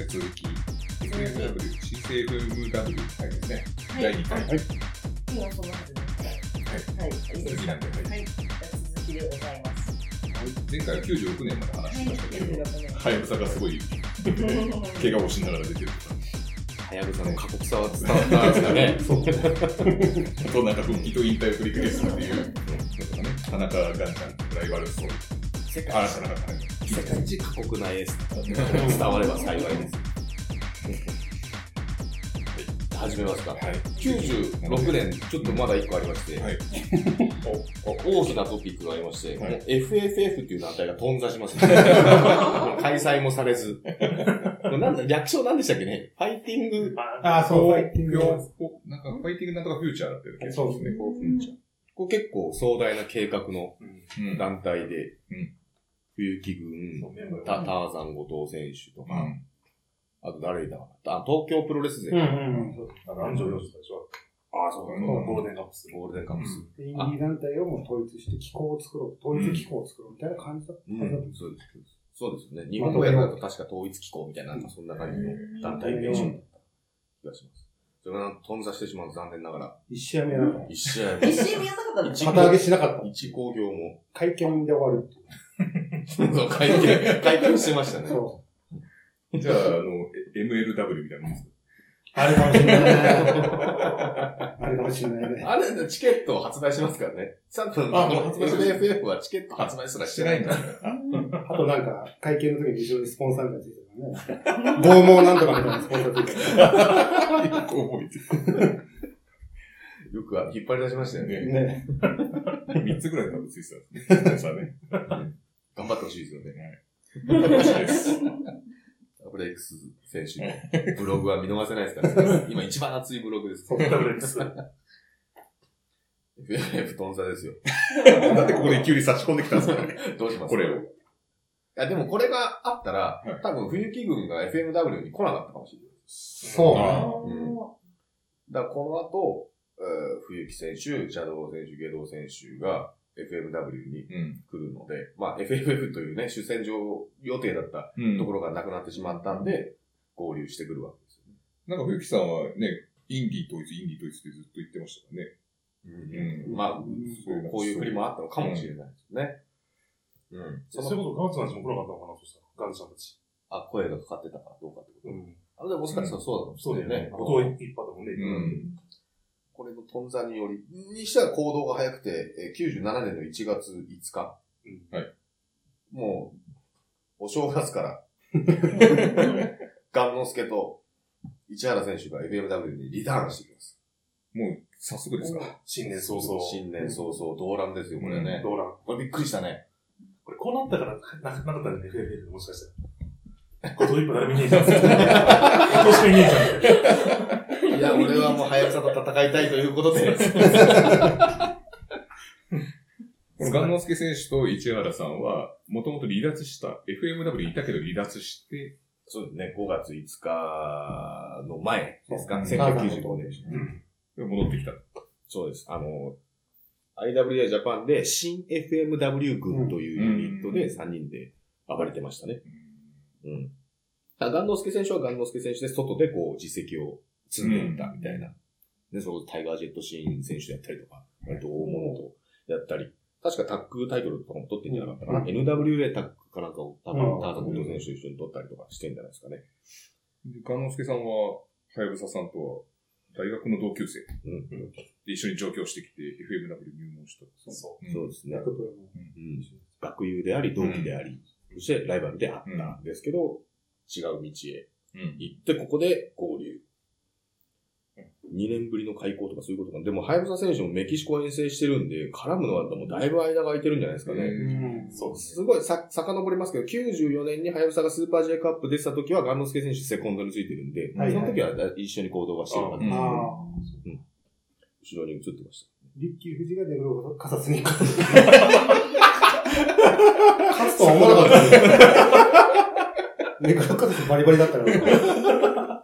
して続き、FMW、CCFMW 回ですね。 はい。 第2回。はい。 今そのはずです。はい。 続きなんで、 はい。続きでございます。 前回は96年まで話しましたけど、はやぶさがすごい怪我をしながら出てるとか。 はやぶさの過酷さは伝わったんですかね。 そう。あとなんか復帰と引退を繰り返すっていうのとかね。田中ガンちゃんとライバルストーリー。世界一過酷なエースだった伝われば幸いです。始めますか。はい。96年、ちょっとまだ1個ありまして、はい、大きなトピックがありまして、はい、もう FFF っていう団体が頓挫しますね。開催もされず。なんだ、略称なんでしたっけね、ファイティング。 そう、ファイティング。なんか、ファイティングなんとかフューチャーだったよね。 そうですね、こう、フューチャー。これ結構壮大な計画の団体で、冬木軍、ターザン後藤選手とか、あと誰いたかな、東京プロレス勢。 安城洋二でしょ。 ああ、そうか。 ゴールデンカップス。 ゴールデンカップス。 インディー団体をもう統一して機構を作ろう。統一機構を作ろうみたいな感じだった。 そうです。そうですね。日本語訳だと確か統一機構みたいな、そんな感じの団体名称だった気がします。それが頓挫してしまうと残念ながら。 一試合目やらなかった。 一試合目やらなかったんですか？旗揚げしなかった。 一工業も。 会見で終わるっていう。そう、会見してましたね。 そう。 じゃあ、MLW みたいなもんですか？ あれかもしれないね。あれかもしれないね。 あれ、チケットを発売しますからね。多分、FFF はチケット発売すらしてないんだよ。 あとなんか、会見の時に後ろにスポンサーがついてるからね。拷問なんとかみたいなスポンサーついてるから。 よく覚えてる。 よく引っ張り出しましたよね。 ね。 3つぐらい多分ついてたんですね。 頑張ってほしいですよね。 頑張ってほしいです。 ダブル X 選手のブログは見逃せないですからね。今一番熱いブログです。 ダブル X。 FFF 頓挫ですよ。 なんでここで急に差し込んできたんですかね。 どうしますこれを。 でもこれがあったら、多分冬木軍が FMW に来なかったかもしれない。 そうだからこの後、冬木選手、邪道選手、下道選手が FMW に来るので、まあ FFF というね、主戦場予定だったところがなくなってしまったんで、合流してくるわけですよね。 なんか冬木さんはね、インディ統一ってずっと言ってましたからね。 まあ、こういう振りもあったのかもしれないですね。 そういうこと、ガンツたちも来なかったのかな、そしたら。ガンツさんたち。 声がかかってたからどうかってこと。でももしかしたらそうだもん。 そうだよね。後藤一派だもんね。 これの頓挫により、にしては行動が早くて、97年の1月5日。もう、お正月から、ガンノスケと市原選手が FMW にリターンしてきます。 もう、早速ですか？ 新年早々。 新年早々、動乱ですよ、これね。 動乱。 これびっくりしたね。 これこうなったからなかったんだね、FFF もしかしたら。後藤一派誰もいねえじゃん。後藤しかいねえじゃん。 いや、俺はもう早草と戦いたいということで。 ガンノスケ選手と市原さんは、もともと離脱した、FMW にいたけど離脱して、 そうですね、5月5日の前ですか、 1995 年。 戻ってきた。 そうです。IWA ジャパンで新 FMW 軍というユニットで3人で暴れてましたね。ガンノスケ選手はガンノスケ選手で外でこう実績を積んでいったみたいな。で、そのタイガージェットシーン選手やったりとか、割と大物とやったり、確かタッグタイトルとかも取ってんじゃなかったかな。NWA タッグかなんかを多分ターザン後藤選手と一緒に取ったりとかしてんじゃないですかね。 ガンノスケさんは、はやぶささんとは大学の同級生。で一緒に上京してきて FMW 入門した。 そうですね。学友であり、同期であり、そしてライバルであったんですけど、違う道へ行って、ここで合流。2年ぶりの開校とかそういうことか。でも、はやぶさ選手もメキシコ遠征してるんで、絡むのはもうだいぶ間が空いてるんじゃないですかね。そう。すごい遡りますけど、94年にはやぶさがスーパー J カップ出てた時は、ガンノスケ選手セコンドについてるんで、その時は一緒に行動はしてるはずですけど、後ろに映ってました。 リッキー・フジがネグロカサスに勝つとは思わなかったね。ネグロカサスバリバリだったから。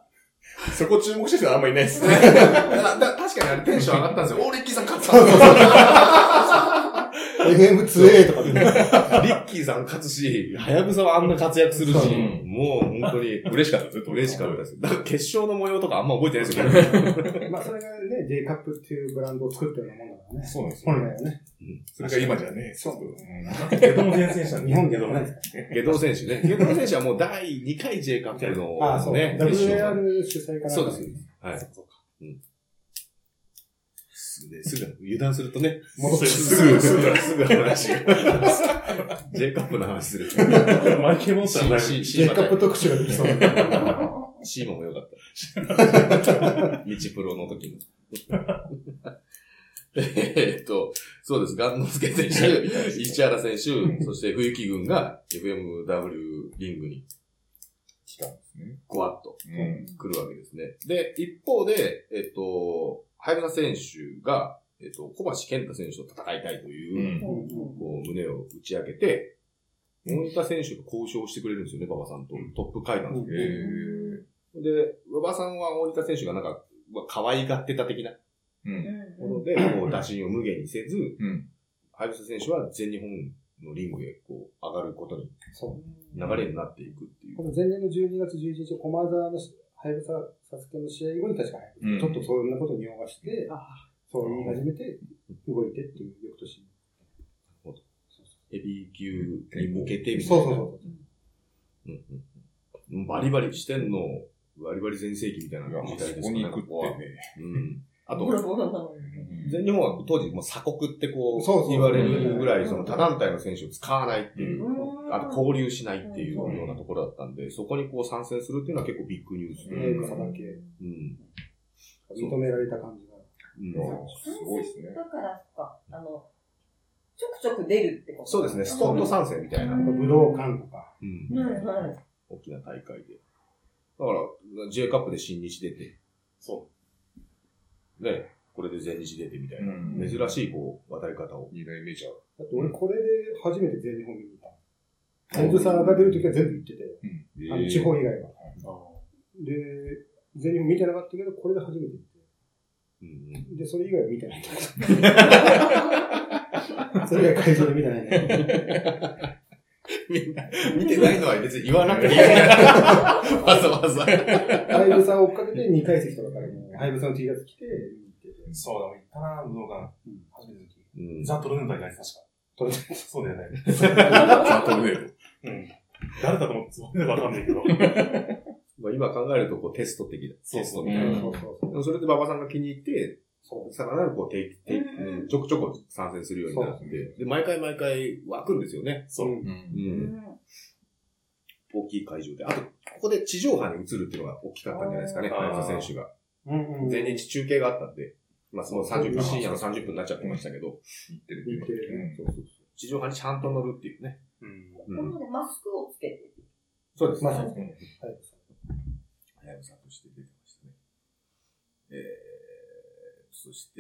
そこ注目してる人はあんまりいないですね。 確かにあれテンション上がったんですよ。リッキーさん勝った。 FM2A とかで。 リッキーさん勝つし、はやぶさはあんな活躍するし、もう本当に嬉しかったですよ。 嬉しかったです。だから決勝の模様とかあんま覚えてないですよね。 まあそれがね、J カップっていうブランドを作ったようなもんだからね。 そうなんですよ。 本来はね。 それが今じゃね。 そう。 ゲドの前選手は日本ではないですかゲドウ選手ね。ゲドウ選手はもう第2回 J カップのああ、そう。 ね、 WAR 主催かな。 そうです。はい。そうか。すぐ油断するとね、 戻ってすぐ話が。J カップの話する。 マイケルモンスターの J カップ特集ができそうな。 シーモンも良かった。ミチプロの時の。そうです。ガンノスケ選手、石原選手、そして冬木軍が FMW リングに来たんですね。 ゴワッと来るわけですね。で、一方で、はやぶさ選手が、小橋健太選手と戦いたいという、こう、胸を打ち明けて、大分選手と交渉してくれるんですよね、馬場さんと。トップ会なんですけど。で、馬場さんは大分選手がなんか、可愛がってた的なもので、こう、打診を無限にせず、はやぶさ選手は全日本のリングへこう、上がることに、流れになっていくっていう。 この前年の12月11日、駒沢のはやぶさサスケの試合後に確かに、ちょっとそんなことを匂わして、そう言い始めて、動いてっていう翌年に。 ヘビー級に向けてみたいな。そう。バリバリしてんの、バリバリ全盛期みたいな時代ですね。 ここに行くってね。 あと、全日本は当時もう鎖国ってこう言われるぐらい、その他団体の選手を使わないっていう、あと交流しないっていうようなところだったんで、そこにこう参戦するっていうのは結構ビッグニュースで。 認められた感じが。 すごいですね。 だからか、ちょくちょく出るってことそうですね、スポット参戦みたいな。 武道館とか。 大きな大会で。だから、J カップで新日出て、ね、これで全日出てみたいな。珍しい、こう、渡り方を。 二大メジャー。 だって俺これで初めて全日本見に行った。はやぶさが出るときは全部行ってて、地方以外は。で、全日本見てなかったけど、これで初めて行って。で、それ以外は見てないんだけど。それ以外会場で見てないんだけど。 みんな、見てないのは別に言わなくていい。わざわざ。 はやぶさを追っかけて2階席とかからも、はやぶさの T シャツ着て、 そうだ、行ったな、武道館。初めての時。ザ・トルネードがいた、確か。 トルネード。 そうだよね。 ザ・トルネード。 誰だと思ってわかんないけど。 今考えると、こう、テスト的な。テストみたいな。それで馬場さんが気に入って、さらなるこう、ちょくちょく参戦するようになって、で、毎回湧くんですよね。大きい会場で。あと、ここで地上波に移るっていうのが大きかったんじゃないですかね、はやぶさ選手が。前日中継があったんで、まあ、その30分、深夜の30分になっちゃってましたけど、 行ってる。 地上波にちゃんと乗るっていうね。 ここでマスクをつけて。 そうです。 まさに。 はやぶさとして出てましたね。そして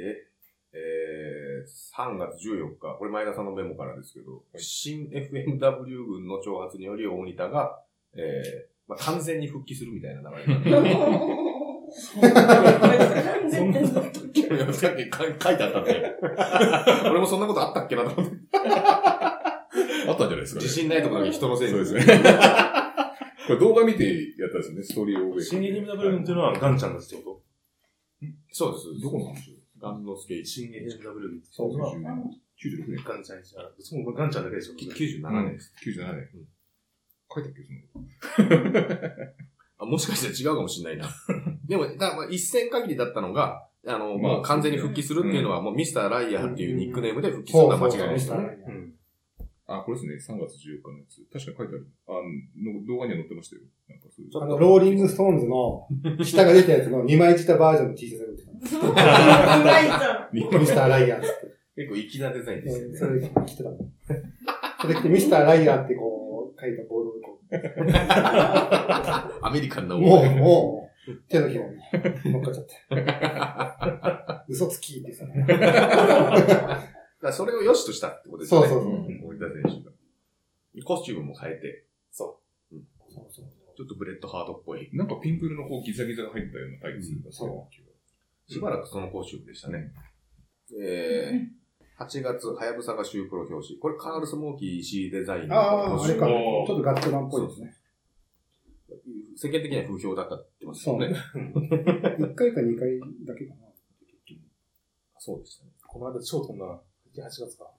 、3月14日、これ前田さんのメモからですけど、新 FMW 軍の挑発により大仁田が、完全に復帰するみたいな流れが。そんなさっき書いてあったんで。俺もそんなことあったっけなと思って。 あったんじゃないですか。 自信ないところに人のせいですね。これ動画見てやったんですね、ストーリーオーベーション。 新 FMW 軍っていうのはガンちゃんだってことそうです。 どこなんでしょうガンノスケ新 FMW 軍って。 そうですね。96年。 ガンちゃんにしたら、そもガンちゃんだけでしょ。 97年です。 97年。書いたっけそのもしかして違うかもしれないな。でも、一戦限りだったのが、もう完全に復帰するっていうのは、もうミスターライアーっていうニックネームで復帰するのは間違いないですよね。 これですね、3月14日のやつ。確かに書いてある。動画には載ってましたよ。なんかそういうローリングストーンズの、下が出たやつの2枚舌バージョンの T シャツが売ってた。ミスターライアーって。 結構粋なデザインですよね。 それ着てたもん。それ着てミスターライアーってこう、書いたボードでこう。 アメリカンなもう、手のひらに乗っかっちゃって。嘘つきってさ。 それを良しとしたってことですね。 そう。 大分選手が。コスチュームも変えて。ちょっとブレッドハートっぽい。 なんかピンク色のこうギザギザが入ったようなタイツだったそしばらくそのコスチュームでしたね。 8月、はやぶさがシュープロ表紙。これカールスモーキー石井デザインの。 ああ、あれか。ちょっとガットランっぽいですね。 世間的には不評だったって言ってますよね。 1回か2回だけかな。 そうでしたね。 この間超飛んだな。8月か。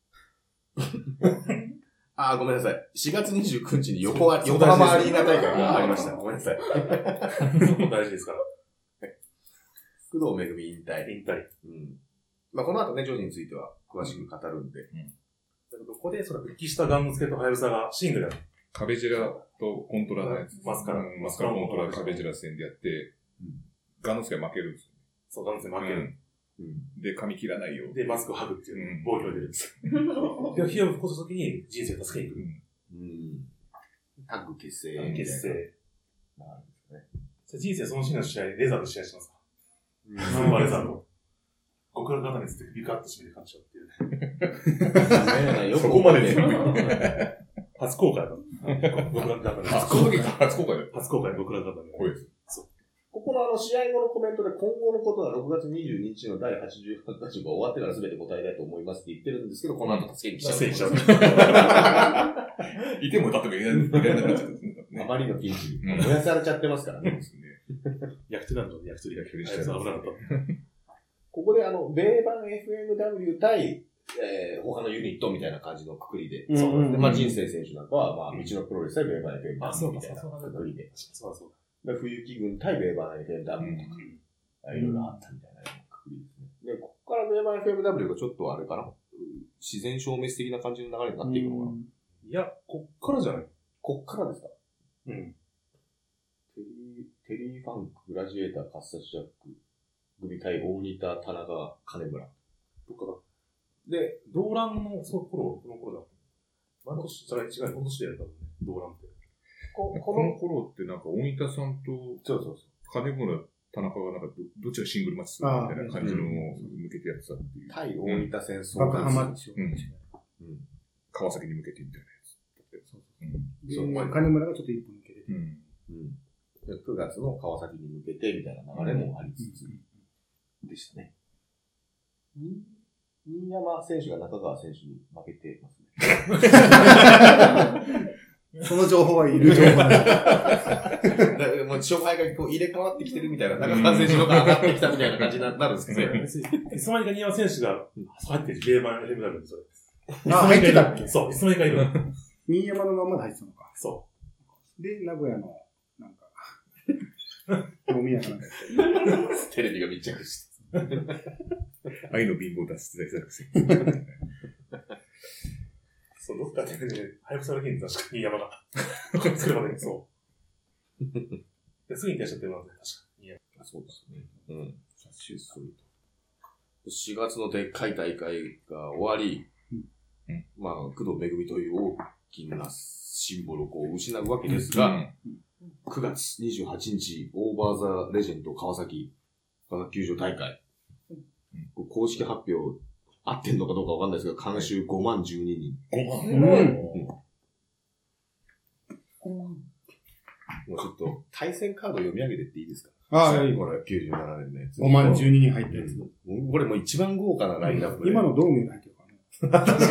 あー、ごめんなさい。4月29日に横浜アリーナ大会がありました。ごめんなさい。 大事ですから。 工藤めぐみ引退。 引退。 うん。まあこの後ね、ジョージについては詳しく語るんで。 だけど、ここで、復帰したガンノスケとハヤブサがシングルやる。 壁ジェラとコントラのやつ。 マスカラコントラ壁ジェラ戦でやって、ガンノスケは負けるんですよ。 そう、ガンノスケ負ける。 で、髪切らないよ。 で、マスクを剥ぐっていう、暴挙が出るんですよ。で、火を吹くときに人生を助けに行く。 タッグ結成。 結成。 なんですね。 人生そのシーンの試合、レザーと試合しますか？スーパーレザーと。極楽型につってビカッと締めて感じちゃうっていうね。 そこまで全部。 初公開だ。極楽型に。 初公開だ。 初公開、極楽型に。 こうです。ここの試合後のコメントで今後のことは6月22日の第88回が終わってから全て答えたいと思いますって言ってるんですけど、この後助けに来ちゃう。 いても立ってもいられなくなっちゃったんですね。 あまりのピンチに燃やされちゃってますからね。 焼き鳥なんだ、焼き鳥でした。危なかった。 ここで米版 FMW 対、他のユニットみたいな感じのくくりで。そうですね。まあ、人生選手なんかは、まあ、道のプロレス対米版 FMW みたいなくくりで。 そうそう。 冬木軍対米版 FMW とか、いろいろあったみたいなくくりですね。で、ここから米版 FMW がちょっとあれかな、自然消滅的な感じの流れになっていくのかな。 いや、こっからじゃない？ こっからですか？ うん。 テリーファンク、グラジエーター、カッサシジャック、組対大仁田、田中、金村。 とかだ。で、動乱の、この頃だ。毎年、違う、今年でやったんだね、動乱って。 この頃ってなんか、大仁田さんと、金村、田中がなんかどちらシングルマッチするみたいな感じのを向けてやってたっていう。 対大仁田戦争。 爆破マッチを。 川崎に向けてみたいなやつ。 金村がちょっと一歩抜けて。 9月の川崎に向けてみたいな流れもありつつでしたね。新山選手が中川選手に負けてますね。その情報はいる情報なんだ。もう勝敗がこう入れ替わってきてるみたいな、中川選手のが上がってきたみたいな感じになるんですけど、 いつの間にか新山選手が入ってる、ゲーマー FMW にそれ。 入ってたっけ？ そう、いつの間にかいる。 新山のままで入ってたのか。 そう。 で、名古屋の、なんか、飲み屋かなんかテレビが密着して。 愛の貧乏脱出大作戦。 そう、どっかでね、早くされてるんだ、確かに山が。それまで、そう。で、すぐに出しちゃってるので、確かに。 そうですね。うん。4月のでっかい大会が終わり、まあ、工藤めぐみという大きなシンボルをこう失うわけですが、9月28日、オーバーザレジェンド川崎球場大会。公式発表、合ってんのかどうかわかんないですけど、監修5万12人。 5万もうちょっと、対戦カード読み上げてっていいですか？ ああ、いい。 これ、97年のやつ。 5万12人入ったやつ。 これもう一番豪華なラインナップで。 今のドームに入ってるからね。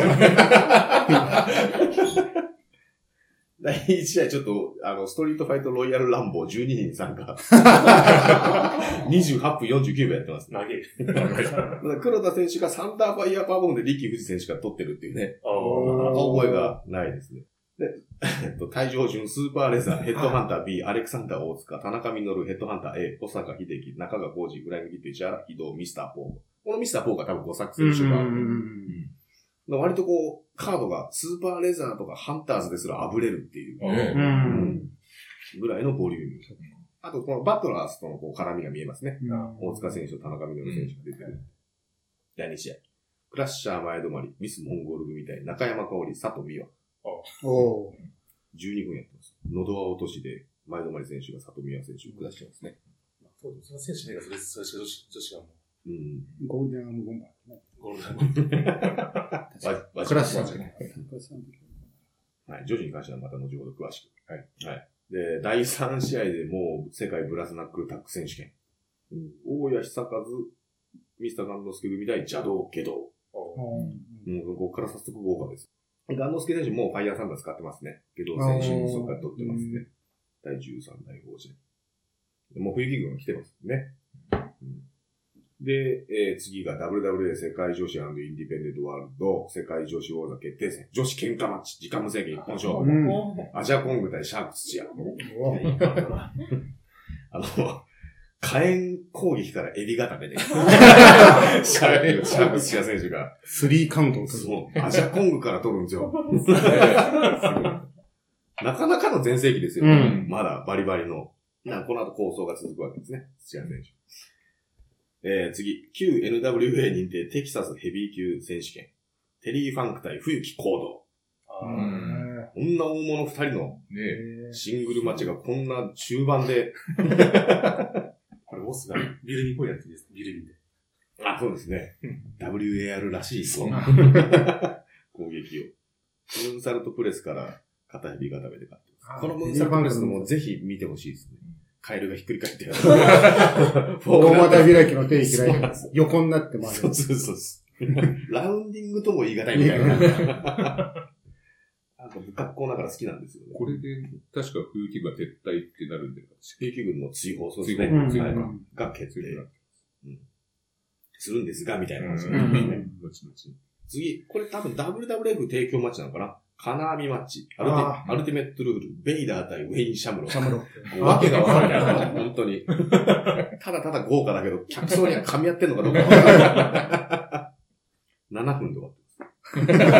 確かに。 第1試合ちょっと、ストリートファイトロイヤルランボー12人参加。28分49秒やってます。 投げる。 黒田選手がサンダーファイヤーパワーボムでリッキー・フジ選手が取ってるっていうね。覚えがないですね。で、退場順、スーパーレザー、ヘッドハンター B、アレクサンダー大塚、田中実、ヘッドハンター A、小坂秀樹、中川浩二、フライングヒット、石原、非道、ミスター・ポー。このミスター・ポーが多分5作選手が、割とこう、カードがスーパーレザーとかハンターズですら炙れるっていう、ぐらいのボリューム。あと、このバトラーズとのこう絡みが見えますね。大塚選手と田中実選手が出てる。第2試合。クラッシャー前止まり、ミスモンゴル組対中山香織、佐藤美和。12分やってます。喉輪落としで、前止まり選手が佐藤美和選手を下してますね。 そうですね。選手ね、それしか女子がもう。ゴールデンアームボンバー。 ゴールデンアームボンバー。クラッシャーじゃない。 はい。女子に関してはまた後ほど詳しく。はい。はい。で、第3試合でもう世界ブラスナックルタック選手権。大谷久和、ミスターガンノスケ組対邪道、下道。 ここから早速豪華です。ガンノスケ選手もファイヤーサンダー使ってますね。ゲド選手そっから取ってますね。第13代王者。もう冬季軍が来てますね。で、次が WWA 世界女子&インディペンデントワールド世界女子王座決定戦。女子喧嘩マッチ。時間無制限一本勝負。アジアコング対シャーク土屋。火炎攻撃からエビ固めで。シャーク土屋選手が。 3カウントを取る。 そう。アジアコングから取るんですよ。なかなかの全盛期ですよ。まだバリバリの。この後構想が続くわけですね。土屋選手。次、旧 NWA 認定テキサスヘビー級選手権。テリー・ファンク対冬木行動。こんな大物二人のシングルマッチがこんな中盤で。 これボスがビルに来いやつです。ビルにで。 あ、そうですね。WAR らしい攻撃を。ムーンサルトプレスから片ヘビ固めで勝ってます。このムーンサルトプレスもぜひ見てほしいですね。カエルがひっくり返ってる。 大股開きの手に開いてます。横になってます。 そう。ラウンディングとも言い難いみたいな。なんか不格好ながら好きなんですよね。 これで、確か冬季軍が撤退ってなるんで。 冬季軍の追放、そうですね。が決定するんですが、みたいな話ですね。次、これ多分 WWF 提供マッチなのかな？金網マッチ。アルティメットルール。ベイダー対ウェイン・シャムロ。わけがわからない。本当に。ただただ豪華だけど、客層には噛み合ってんのかどうかわからない。7分で終わってます。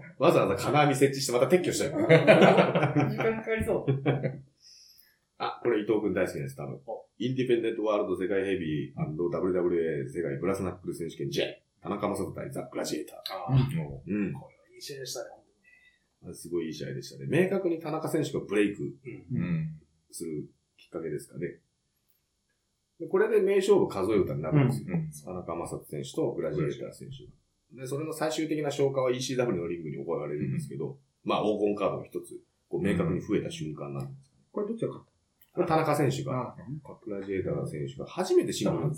わざわざ金網設置してまた撤去したよ。 時間かかりそう。 あ、これ伊藤くん大好きです、多分。インディペンデントワールド世界ヘビー&WWA 世界ブラスナックル選手権 J。田中正人対ザ・グラジエーター。 これいい試合でしたね。 すごいいい試合でしたね。明確に田中選手がブレイクするきっかけですかね。でこれで名勝負数え歌になるんですよ。田中正人選手とグラジエーター選手。で、それの最終的な消化は ECW のリングに行われるんですけど、まあ黄金カードが一つ明確に増えた瞬間なんです。 これどっちが勝った？ これ田中選手が、グラジエーター選手が初めてシングル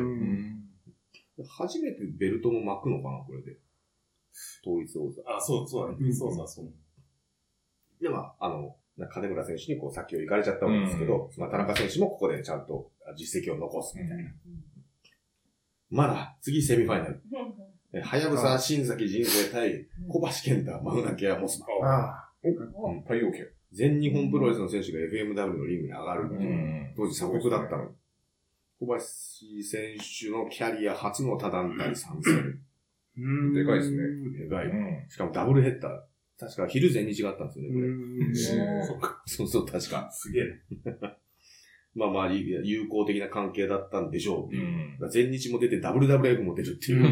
初めてベルトも巻くのかな、これで。統一王座。 そうだね。そう。 で、金村選手に先を行かれちゃったわけですけど、田中選手もここでちゃんと実績を残すみたいな。まだ、次セミファイナル。はやぶさ、新崎人生対小橋健太、マウナケアモスマ。 太陽系。 全日本プロレスの選手が FMW のリングに上がるっていう。当時鎖国だったの。小橋選手のキャリア初の他団体参戦。 でかいですね。 でかい。しかもダブルヘッダー。確か昼前日があったんですよね、これ。そう、確か。 すげえ。 まあ、友好的な関係だったんでしょう。前日も出て WWF も出るっていう。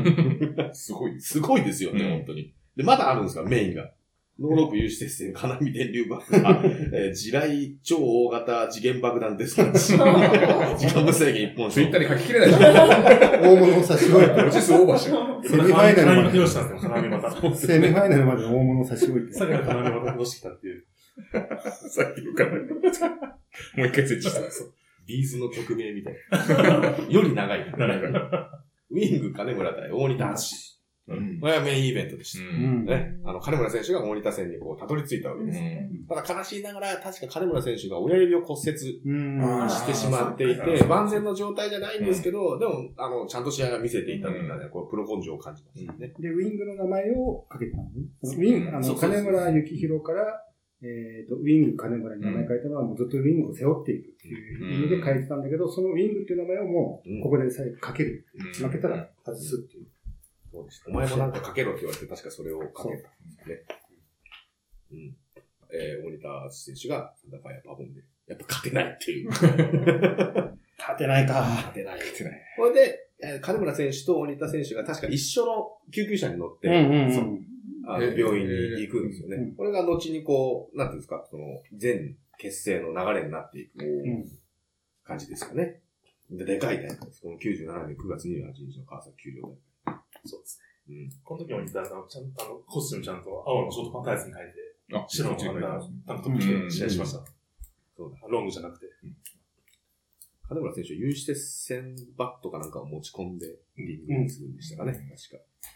すごいですよね、本当に。で、まだあるんですか、メインが。ノーロープ有刺鉄線、金網電流爆破、地雷超大型次元爆弾デスマッチ。時間無制限一本。 ツイッターに書ききれないでしょ。 大物を差し置いて。 文字数オーバーしてる。 セミファイナルまで。 セミファイナルまで大物を差し置いて。 さっきの金網また戻してきたっていう。 さっきの金網。もう一回設置した。 ビーズの曲名みたいな。より長い。ウィング金村対大仁田敦。これはメインイベントでした。ね、金村選手が大仁田戦にたどり着いたわけです。ただ悲しいながら、確か金村選手が親指を骨折してしまっていて、万全の状態じゃないんですけど、でも、ちゃんと試合が見せていたみたいな、プロ根性を感じましたね。 で、ウィングの名前をかけてたんですね。ウィング、金村幸宏から、ウィング金村に名前変えたのは、もうずっとウィングを背負っていくっていう意味で変えてたんだけど、そのウィングっていう名前をもう、ここで最後かける。負けたら外すっていう。 そうです。お前もなんかかけろって言われて、確かそれをかけたんですね。大仁田選手がサンダーファイアパフォンで、やっぱ勝てないっていう。 勝てないか。 勝てない。これで、金村選手と大仁田選手が確か一緒の救急車に乗って、病院に行くんですよね。これが後になんていうんですか、全結成の流れになっていく感じですよね。でかいタイプです。この97年9月28日の川崎丘陵大会。 そうですね。この時も似たちゃんと、コスチュームちゃんと青のショートパンタイツに変えて、白のタンクトップ着て試合しました。そうだ。ロングじゃなくて。 金村選手は有刺鉄線バットかなんかを持ち込んでリングにするんでしたかね、確か。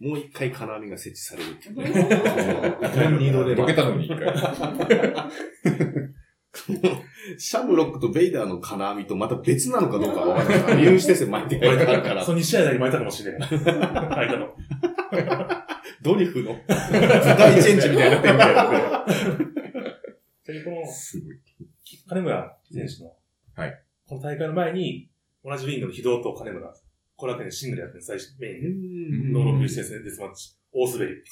もう一回金網が設置されるっていう。二度でボケたのに一回。 シャムロックとベイダーの金網とまた別なのかどうかわからない。入手して巻いてあるから。 そう、2試合で巻いたかもしれない。間の。 ドリフの大チェンジみたいになってるみたいな。 この、金村選手の、はい。この大会の前に、同じウィングの非道と金村、これだけでシングルやってる最初メインで、ノーロックしてデスマッチ、大滑り。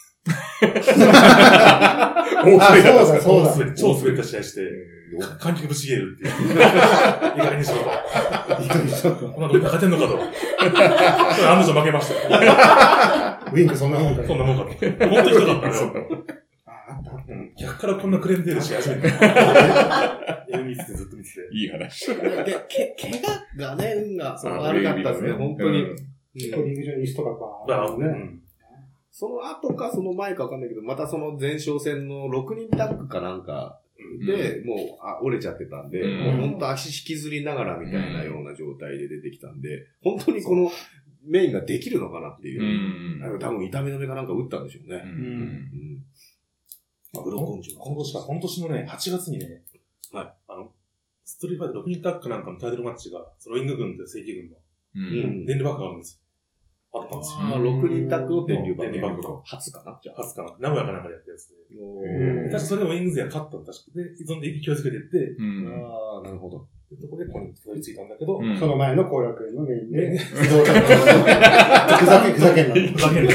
大滑り。超滑った試合して、観客ぶち切れるっていう。意外にしろと。意外にしろと。こんなの勝てんのかと。案の定負けましたよ。 ウィンクそんなもんか。 そんなもんかと。本当にひどかったよ。逆からこんなクレーム出るし、初めて。見ててずっと見てて。 いい話。 怪我がね、運が悪かったですね、本当に。 リング上に椅子とかか。 その後かその前かわかんないけど、またその前哨戦の6人タッグかなんかで、もう折れちゃってたんで、もう本当足引きずりながらみたいなような状態で出てきたんで、本当にこのメインができるのかなっていう。多分痛み止めかなんか打ったんでしょうね。 今年のね、8月にね、はい。ストリートファイター6人タッグなんかのタイトルマッチが、ロイング軍と正規軍の、電流バックがあるんですよ。あったんですよ。 6人タッグの電流バック。初かなじゃあ初かな。名古屋かなんかでやったやつで。確かそれでウィング勢が勝ったの確か。で、そんで勢いづけてって、 ああ、なるほど。 で、そこでここにたどり着いたんだけど、 その前の後楽園のメインで、ふざけんな。 ふ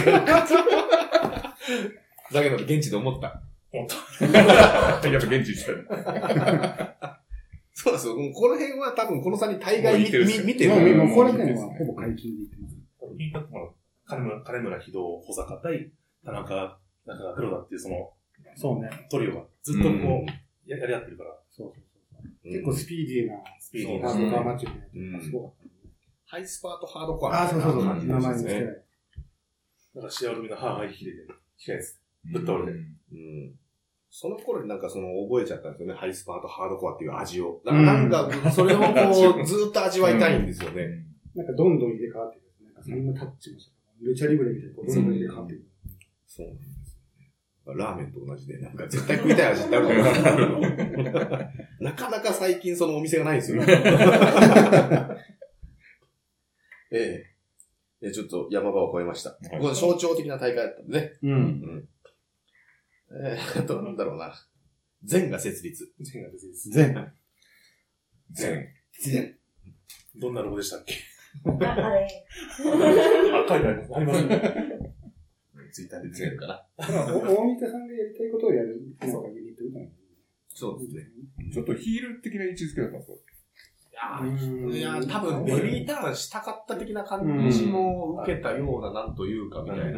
ざけんなって現地で思った。 思った。 やっぱ現地行った。 そうですよ。この辺は多分この差に大概見てる。 もう後楽園はほぼ解禁でいってます。 金村秀夫、保坂対田中黒田っていうそうね。 トリオがずっとこう、やり合ってるから。 結構スピーディーな、ハードコアマッチみたいな。すごかった。 ハイスパーとハードコア。 あ、そう。名前につけない。 だから試合をみんな歯が切れて、控えです。ぶっ倒れて。 その頃になんか覚えちゃったんですよね。ハイスパーとハードコアっていう味を。なんか、それをこう、ずっと味わいたいんですよね。 なんかどんどん入れ替わっていく。なんかそんなタッチもした。ルチャリブレみたいにどんどん入れ替わっていく。 そうなんですよね。ラーメンと同じで、なんか絶対食いたい味ってあると思うんですけど、なかなか最近そのお店がないんですよ。ちょっと山場を越えました。これ象徴的な大会だったんでね。あとなんだろうな。禅が設立。 禅。 どんなロゴでしたっけ？ あれ。 書いてありますね。 ツイッターでつけるかな。 大三田さんがやりたいことをやる。 そうですね。 ちょっとヒール的な位置づけだったんですか？ いや、多分ベビーターンしたかった的な感じも受けたような、なんというかみたいな。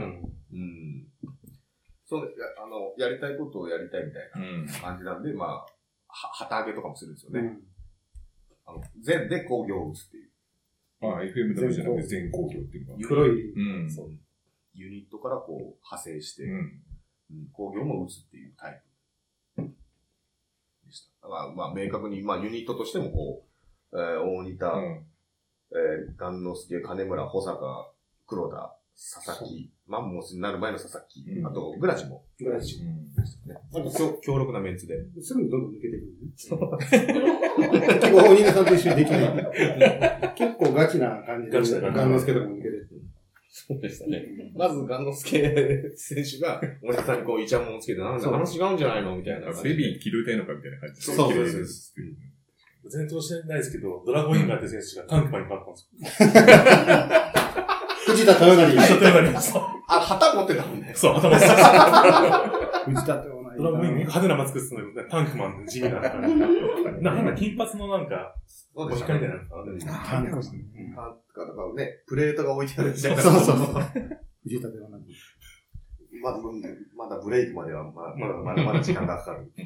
そう、やりたいことをやりたいみたいな感じなんで、まあ、旗揚げとかもするんですよね。全で工業を打つっていう。 FMW じゃなくて全工業っていうのが。 黒い。 そう。ユニットからこう、派生して、工業も打つっていうタイプでした。だから、まあ、明確に、まあ、ユニットとしてもこう、大仁田、雁之助、金村、保坂、黒田、佐々木、マンモスになる前の佐々木、あと、グラチも。 グラチ。 なんか強力なメンツで。 すぐどんどん抜けてくるね。結構、大仁田さんと一緒にできない。結構ガチな感じで、雁之助とかも抜けてる。 そうでしたね。まず、雁之助選手が、大仁田さんにこう、イチャモンをつけて、なんだ、話違うんじゃないのみたいな。 ベビー着るたいのかみたいな感じで。 そうです。 全然してないですけど、ドラゴンインガーって選手がタンクマンに変わったんですよ。 藤田豊成。 旗持ってたもんね。 そう、旗持ってた。 藤田豊成。 ドラゴンインガー派手なマスクしてたのに、タンクマンの地味な。なんか金髪のなんか、おしっかりみたいなのタンクマン。 だからね、プレートが置いてあるみたいな。 そう。藤田豊成。 まだブレイクまでは、まだ時間がかかる。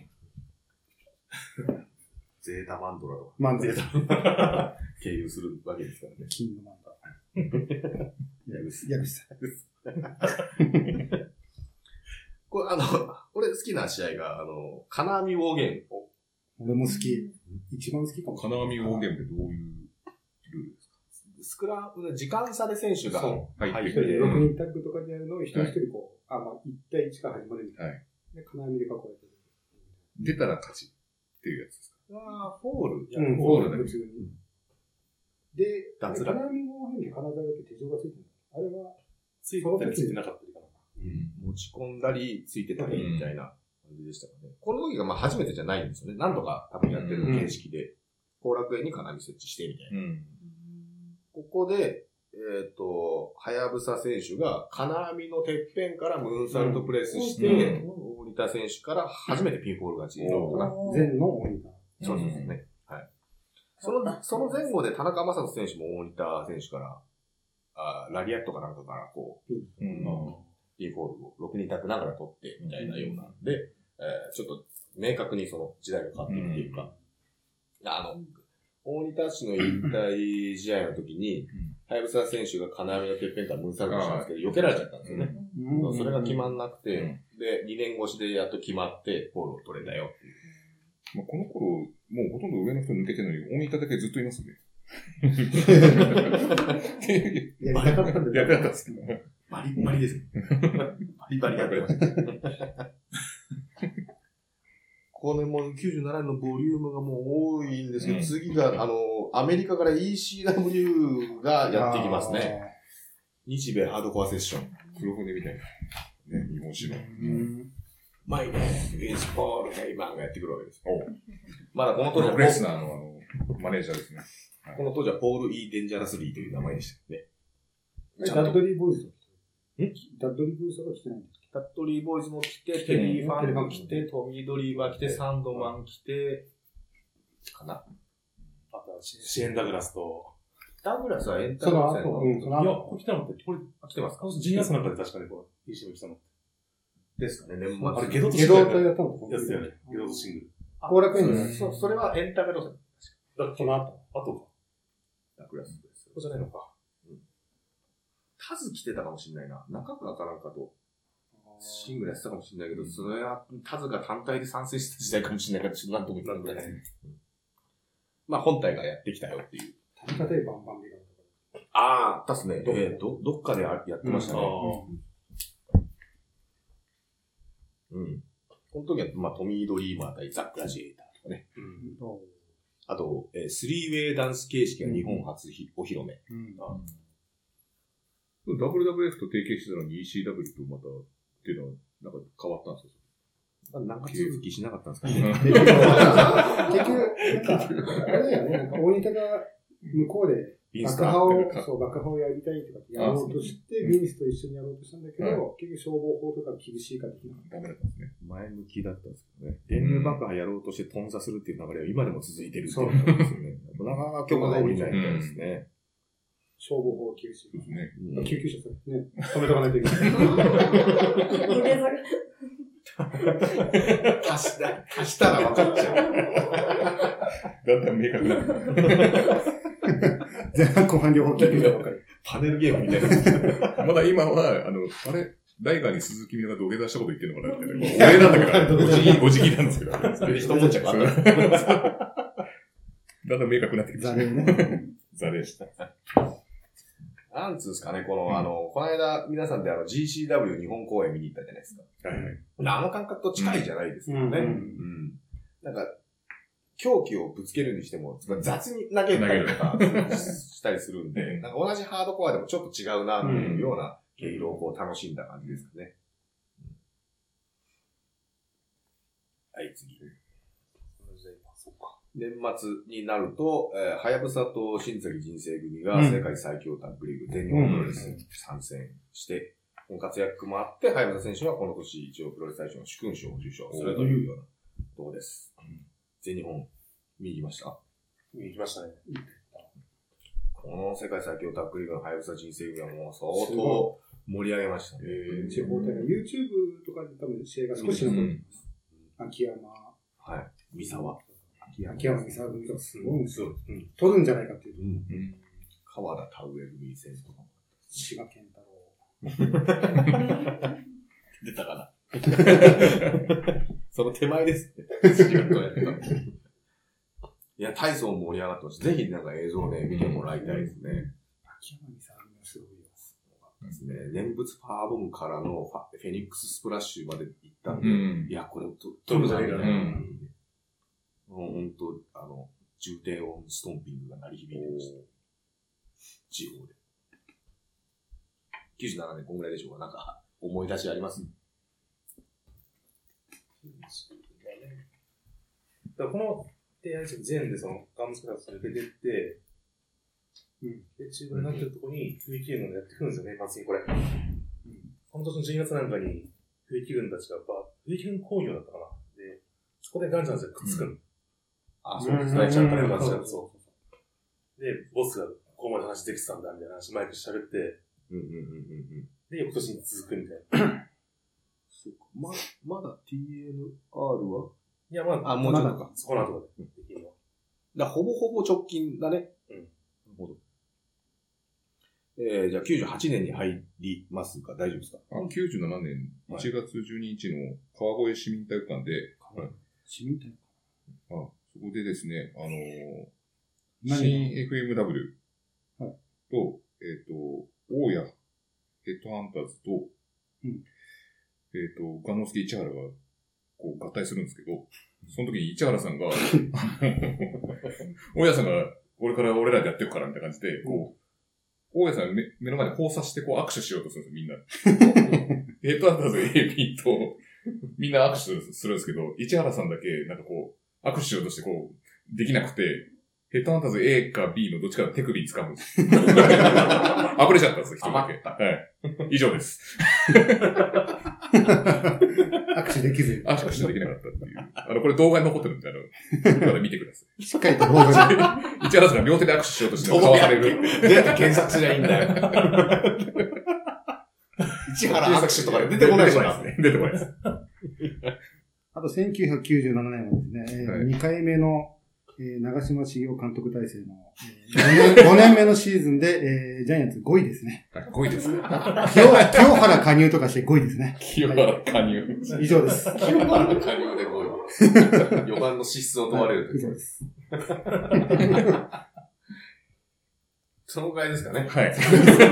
ゼータマンドラとか。 マンドラ。 経由するわけですからね。 キングマンダ。 矢口さん。これ、俺好きな試合が、金網ウォーゲーム。 俺も好き。一番好きかも。 金網ウォーゲームってどういうルールですか？ スクラム、時間差で選手が入って、 6人タッグとかでやるのを一人一人こう、1対1から始まるみたいな。で、金網で囲われてる。 出たら勝ちっていうやつですか？ フォール。 フォールだね。普通に。で、金脱落。 網の辺に金沢だけ手錠がついてる。あれは、 ついてたりついてなかったりかな。 持ち込んだり、ついてたりみたいな感じでしたかね。この時が初めてじゃないんですよね。何度か多分やってる形式で、後楽園に金網設置してみたいな。ここで、はやぶさ選手が金網のてっぺんからムーンサルトプレスして、大仁田選手から初めてピンフォール勝ちかな。 前の大仁田。 そうですね。はい。その前後で田中将人選手も大仁田選手から、ラリアットかなんかからこう、ピンフォールを6人タッグながら取ってみたいなようなんで、ちょっと明確にその時代が変わっていくというか、大仁田氏の引退試合の時に、はやぶさ選手が金網のてっぺんからムーンサルトしたんですけど、避けられちゃったんですよね。それが決まんなくて、で、2年越しでやっと決まって、フォールを取れたよっていう。 まあ、この頃、もうほとんど上の人抜けてるのに、大仁田だけずっといますね。 やりたかったんだやりたかったですけど。 バリバリですね。バリバリやってました。これも97年のボリュームがもう多いんですけど、次が、アメリカから ECW がやってきますね。日米ハードコアセッション。 黒船みたいな。ね、日本史の。 前ね、ベースボールヘイマンがやってくるわけです。まだこの当時はレスナーのマネージャーですね。 この当時はポール・イー・デンジャラス・リーという名前でしたね。 ダッドリー・ボーイズダッドリー・ボーイズが来てないんですダッドリー・ボーイズも来て、テリー・ファンが来て、トミー・ドリーバー来て、サンドマン来て、かな。 あとはシェーン・ダグラスと、 ダグラスはエンターテインメント。 いや、これ来たのって、これ、 来てますか？ ジーナスなんかで確かにこう、ECW 来たのって。 ですかね、年末。 あれ、ゲドとゲドとやったのやつだよね。ゲドとシングル。 後楽園で。 それはエンタメ路線。 だその後か。 ダグラスです。 ここじゃないのか。 タズ来てたかもしれないな。中倉かなんかと、シングルやってたかもしれないけど、それはタズが単体で参戦した時代かもしれないから、ちょっとなんとも言ったんだね。まあ本体がやってきたよっていう。 例えばバンバンビガンとか。 ああ、確かね。どっかでやってましたね。この時は、まあ、トミー・ドリーマー対ザ・グラジエーターとかね。あと、スリーウェイダンス形式が日本初お披露目。 WWF と提携してたのに ECW とまたっていうのは、なんか変わったんですか？ 長続きしなかったんですかね。 結局、あれだよね、なんか大仁田が向こうで爆破をやりたいとかやろうとして、ビンスと一緒にやろうとしたんだけど、結局消防法とか厳しいからできなかった。 ダメだったんですね。 前向きだったんですけどね。電流爆破やろうとして頓挫するっていう流れは今でも続いてるっていうことですよね。なかなか許可が下りないみたいですね。 消防法厳しいですね。 救急車さ、ね、止めとかないといけない。 足したら分かっちゃう。 だんだん明確になる。 前半後半両方聞いて分かる。 パネルゲームみたいな。まだ今は、あれライガーに鈴木みのが土下座したこと言ってるのかなみたいな。俺なんだけど、お辞儀なんですけど。 それで一文字があった。 だんだん明確になってきました。 残念ね。 残念した。 なんつうんですかね、この間、皆さんでGCW 日本公演見に行ったじゃないですか。 はいはい。 あの感覚と近いじゃないですかね。なんか、狂気をぶつけるにしても、雑に投げたりとかしたりするんで、なんか同じハードコアでもちょっと違うな、っていうような毛色をこう楽しんだ感じですかね。はい、次。年末になると、はやぶさと新崎人生組が世界最強タッグリーグ全日本プロレスに参戦して、活躍もあって、はやぶさ選手はこの年一応プロレス大賞の主勲章を受賞するというようなところです。全日本見に行きました？ 見に行きましたね。 この世界最強タッグリーグのはやぶさ人生組はもう相当盛り上げましたね。 地方大会、YouTube とかで多分試合が少し残ってます。秋山。 はい。三沢。 秋山三沢組とかすごいんですよ。取るんじゃないかっていうと。 川田田上組選手とかも。 千葉健太郎。 出たかなその手前ですね。いや、体操も盛り上がってます。ぜひなんか映像で見てもらいたいですね。 秋山美さんがすごいですね。念仏パワーボムからのフェニックススプラッシュまで行ったんで、いや、これ取るじゃないかな。本当重低音ストンピングが鳴り響いてました。地方で。97年こんぐらいでしょうか。なんか、思い出しあります？ だからこの提案ジェンでそのガンスクラス抜けてって、で、中古になってるところに、冬季軍がやってくるんですよね、夏にこれ。この年の12月なんかに、冬季軍たちが、冬季軍工業だったかな。で、そこでガンちゃんたちがくっつくの。 そうですね。ちゃんとね、ガンちゃんそう。で、ボスがここまで話できてたんだ、みたいな話、マイク喋って、で、翌年に続くみたいな。 そうか。まだ TNR はいや、まあ、 もうちょっとか。 そこの後でできるの。 だほぼほぼ直近だね。なるほど。じゃあ98年に入りますか？大丈夫ですか ？97年1月12日の川越市民体育館で、 市民体育館そこでですね、新 FMW と、大谷ヘッドハンターズと、ガンノスケ市原がこう合体するんですけど、その時に市原さんが、大谷さんが、これから俺らでやっていくからみたいな感じで、こう、大谷さん目の前で交差してこう握手しようとするんですよ、みんな。ヘッドハンターズ AP と、みんな握手するんですけど、市原さんだけ、なんかこう、握手しようとしてこう、できなくて、ヘッドハンターズ A か B のどっちか手首に掴むんです。溢れちゃったんですよ、一人だけ。はい。以上です。 握手できず。 握手できなかったっていう。これ動画に残ってるんで、まだ見てください。 しっかりと動画に。 市原さんが両手で握手しようとしてかわされる。 どうやって検索すりゃいいんだよ。市原握手とかで出てこないですね。 出てこないです。 あと1997年はですね、2回目の長嶋茂雄監督体制の5年目のシーズンで、ジャイアンツ5位ですね。 5位ですね。 清原加入とかして5位ですね。 清原加入。 以上です。 清原加入で5位。4番の資質を問われると。 以上です。 そのぐらいですかね。 はい。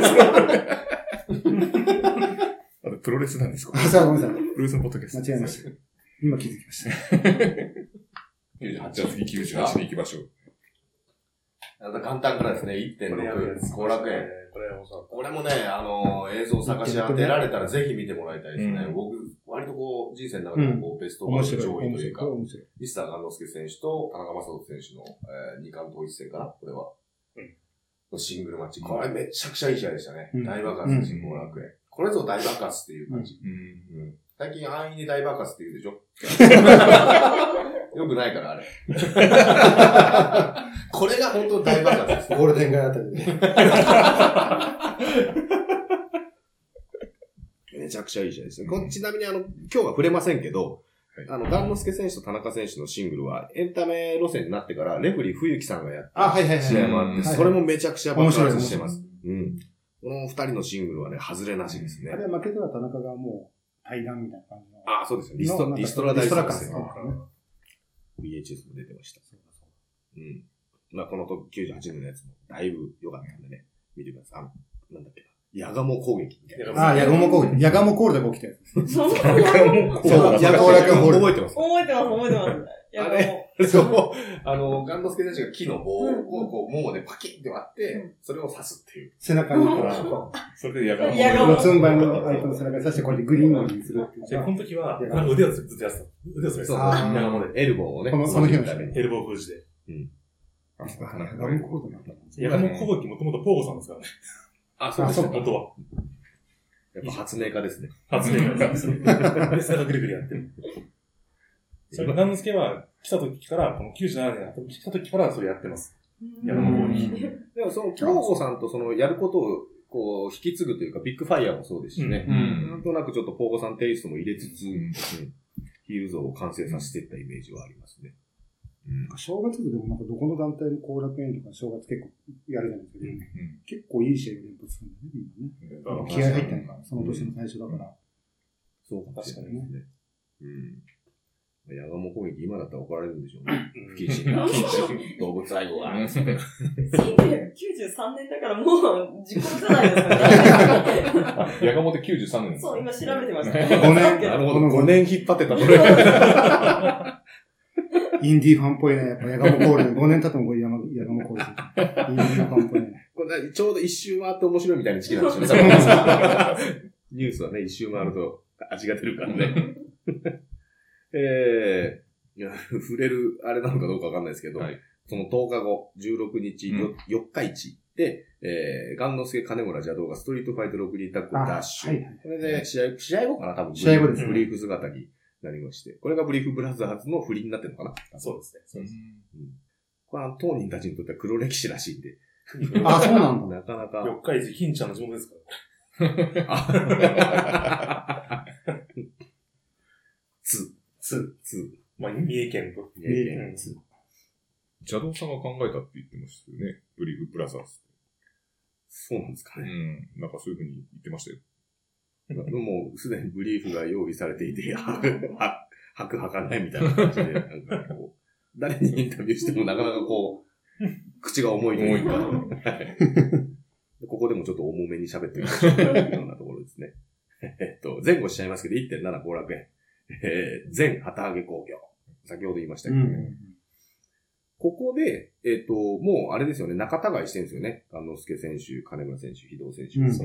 あとプロレスなんですか？ ごめんなさい。プロレスのポッドキャスト。 間違えました。今気づきました。 じゃあ次98に行きましょう。 簡単からですね、1.6、後楽園。これもね、映像探し当てられたらぜひ見てもらいたいですね。僕、割とこう、人生の中でベストワン上位というか、ミスターガンノスケ選手と田中将人選手の二冠統一戦かな、これは。シングルマッチ。これめちゃくちゃいい試合でしたね。大爆発の新後楽園。これぞ大爆発っていう感じ。最近安易に大爆発って言うでしょよくないから、あれ。これが本当に大爆発です。 ゴールデン街あたりで。 めちゃくちゃいい試合ですね。ちなみに今日は触れませんけど、ガンノスケ選手と田中選手のシングルはエンタメ路線になってから、レフリー冬木さんがやった試合もあって、それもめちゃくちゃ爆発してます。この二人のシングルはね、外れなしですね。 あれ負けたら田中がもう、対談みたいな感じの。 そうですよ。リストラ大好きですね。VHS も出てました。この98年のやつもだいぶ良かったんでね、見てください。なんだっけな。ヤガモ攻撃みたいな。 ヤガモ攻撃。ヤガモコールで起きたやつ。 そう。 ヤガモコール。 覚えてます。 覚えてます。 あれ、そう、ガンノスケ選手が木の棒をこう、ももでパキンって割って、それを刺すっていう。 背中に。 それでヤガモ。つんばいの相手の背中に刺して、こうやってグリーンにするっていう。 この時は、腕をずっとやってた。腕をそれそう。ヤガモで。エルボーをね。 その日のために。 エルボー封じで。 ヤガモ攻撃もともとポーゴさんですからね。 そうですね。 本当は。 やっぱ発明家ですね。 発明家です。で、背中ぐるぐるやってる。それ、ガンノスケは来た時から、この97年来た時からそれやってます。ヤガモ攻撃。 でもその、京子さんとその、やることを、こう、引き継ぐというか、ビッグファイヤーもそうですしね。なんとなくちょっとポーゴさんテイストも入れつつ、ヒール像を完成させていったイメージはありますね。 正月でもなんかどこの団体も後楽園とか正月結構やるじゃないですか。結構いい試合を連発するんだね、みんなね。気合入ったのか、その年の最初だから。 そうかもしれないですね。 ヤガモ攻撃今だったら怒られるんでしょうね。不謹慎な。動物愛護が。 1993年だからもう時効じゃないですかね。 ヤガモって93年そう、今調べてました。 5年。 なるほど、5年引っ張ってた。 インディーファンっぽいね。やっぱヤガモコールで5年経ってもこれヤガモコール。インディーファンっぽいね。 これちょうど一周回って面白いみたいな時期なんでしょうね。ニュースはね、一周回ると味が出るからね。いや、触れるあれなのかどうかわかんないですけど、はい、その10日後、16日、4日市で、ガンノスケ金村邪道がストリートファイト6人タッグダッシュ。はいはい、これで試合後かな多分。 試合後ですね。 ブリーフ姿になりまして。これがブリーフブラザーズの振りになってるのかな。 そうですね。そうです。 これは当人たちにとっては黒歴史らしいんで。 あ、そうなんだ。 なかなか。 四日市、金ちゃんの地元ですから。まあ、三重県と。 三重県。 邪道さんが考えたって言ってましたよね。ブリーフブラザーズ。 そうなんですかね。 なんかそういう風に言ってましたよ。 もうすでにブリーフが用意されていて、履く履かないみたいな感じで、なんかこう、誰にインタビューしてもなかなかこう、口が重いというか、ここでもちょっと重めに喋ってみましょうというようなところですね。前後しちゃいますけど、1.7 後楽園。前旗揚げ工業。先ほど言いましたけどね。ここで、もうあれですよね、仲違いしてるんですよね。菅之助選手、金村選手、非道選手。そ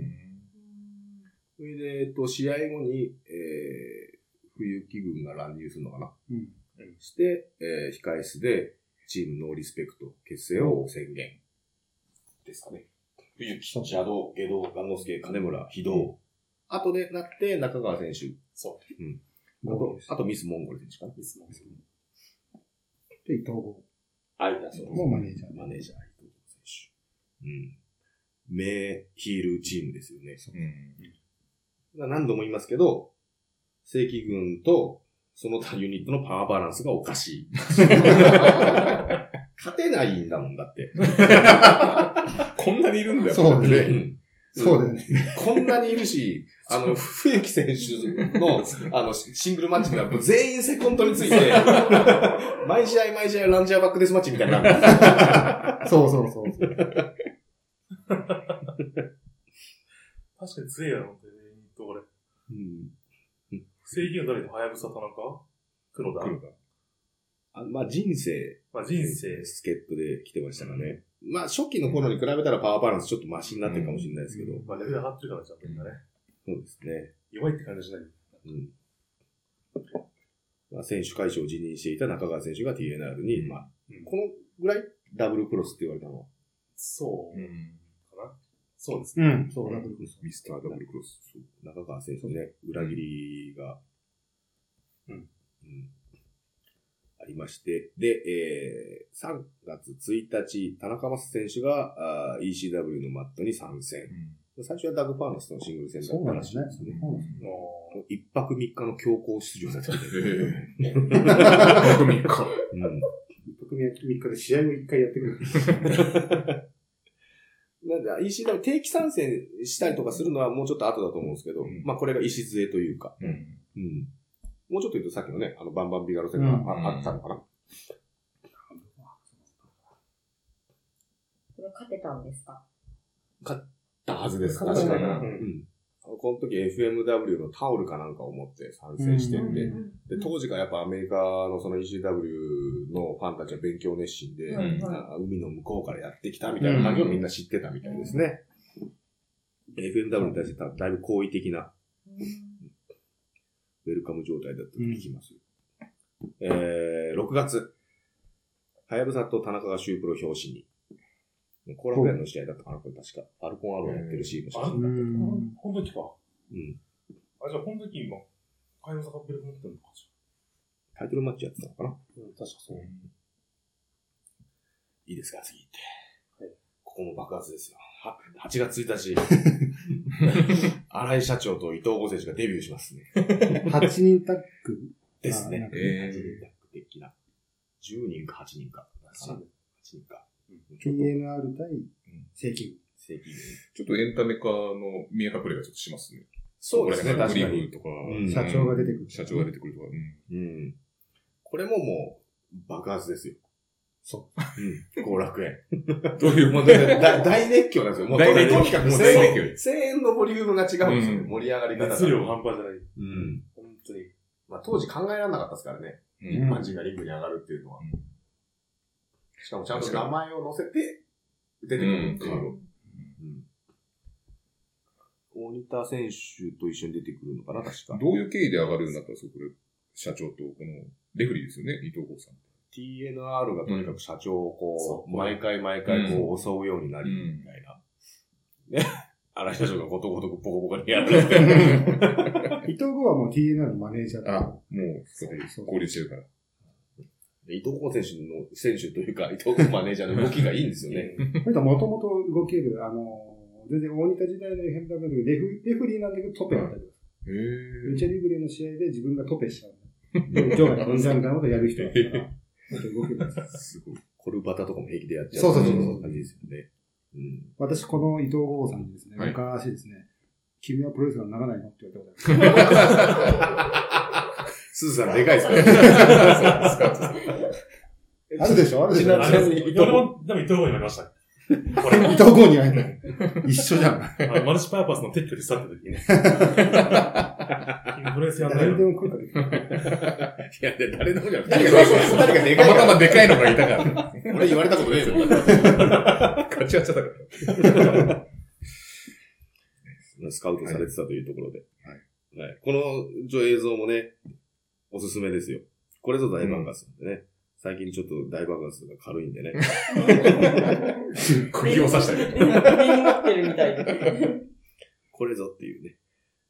れで、試合後に、冬木軍が乱入するのかな。して、控室で、チームノーリスペクト結成を宣言。ですかね。冬木、邪道、下道、菅之助、金村、非道。後でなって、中川選手。 そう。 あとミスモンゴル選手かな。ミスモンゴル。 で、伊藤剛。 そう。 もうマネージャー。 伊藤選手。名ヒールチームですよね。何度も言いますけど、正規軍とその他ユニットのパワーバランスがおかしい。勝てないんだもんだって。 こんなにいるんだよ。 そうね。そうだよね。 こんなにいるし、冬木選手の、シングルマッチが全員セコンドについて、毎試合ランジャーバックデスマッチみたいになる。 そう。 確かに強いやろ、これ。正義の誰と、はやぶさ、田中黒田。 人生。助っ人で来てましたかね。初期の頃に比べたらパワーバランスちょっとマシになってるかもしれないですけど。 レベル上がってるからちゃんとみんなね。 そうですね。 弱いって感じしない。 選手会長を辞任していた中川選手が TNR に、このぐらいダブルクロスって言われたのは。 そう。かな。そうですね。 そう、ダブルクロス。 ミスターダブルクロス。 中川選手ね、裏切りが、ありまして、で、3月1日、田中将選手がECW のマットに参戦。最初はダグファーナスのシングル戦だったらしいですね。1泊3日の強行出場だったんで。 1泊3日。 1泊3日で試合を1回やってくる。 なんか ECW 定期参戦したりとかするのはもうちょっと後だと思うんですけど、これが礎というか。もうちょっと言うとさっきのね、バンバンビガロ戦があったのかな。 これ勝てたんですか？ 勝ったはずです。確かに。この時 FMW のタオルかなんかを持って参戦してて、で、当時からやっぱアメリカのその ECW のファンたちは勉強熱心で、海の向こうからやってきたみたいな感じをみんな知ってたみたいですね。FMW に対してだいぶ好意的な、ウェルカム状態だったと聞きます。6月、はやぶさと田中がシュープロ表紙に、後楽園の試合だったかな、これ確か。ファルコンアローやってるシーンの写真だった。 この時か。じゃあこの時今、はやぶさがベルト持ってるのかしら。タイトルマッチやってたのかな。 確かそう。 いいですか、次行って。ここも爆発ですよ。8月1日、荒井社長と伊藤剛選手がデビューしますね。 8人タッグですね。8人タッグ的な。10人か8人か。8人か。 TNR 対正規軍。 ちょっとエンタメ化の見え隠れがちょっとしますね。 そうですね、 確かに。とか、 社長が出てくる。 社長が出てくるとか。 これももう、爆発ですよ。 そう。 後楽園。 どういう問題大熱狂なんですよ。もう大熱狂とにかく大熱狂声援のボリュームが違うんですよ。盛り上がり方が。 熱量半端じゃない。本当に。 まあ当時考えられなかったですからね。一般人がリングに上がるっていうのは。しかもちゃんと名前を載せて出てくるっていう。大仁田選手と一緒に出てくるのかな、確か。 どういう経緯で上がるようになったんですか、これ。社長と、この、レフリーですよね、伊藤剛さん。 TNR がとにかく社長をこう、毎回こう襲うようになり、みたいな。ね。荒井社長がことごとくボコボコにやる。 伊藤剛はもう TNR のマネージャーだ。 もう、それで交流してるから。 伊藤剛選手というか、伊藤剛マネージャーの動きがいいんですよね。 これともともと動ける、全然大仁田時代の FMW レフリーなんだけどトペだったりとか。ルチャリブレの試合で自分がトペしちゃう。で、ジョーが飛んじゃうみたいなことをやる人だったから、動けるんです。 すごい。コルバタとかも平気でやっちゃう。 そういう感じですよね。 私、この伊藤剛さんにですね、昔ですね、君はプロレスラーにならないのって言われたことある。 スーさんでかいですからね。 あるでしょあるでしょ。 でも伊藤剛になりました。 伊藤剛に会えた。一緒じゃん。 マルチパーパスの撤去で去った時にね。プロレスやんない誰でも来るから。 いや、誰でもじゃなくて、誰がでかい。 たまたまでかいのがいたから。 俺言われたことねえぞ。 勝ち合っちゃったから。 スカウトされてたというところで。はい。この映像もね、おすすめですよ。これぞ大爆発なんでね。最近ちょっと大爆発が軽いんでね。 釘を刺したけど。 釘に持ってるみたいで。 これぞっていうね。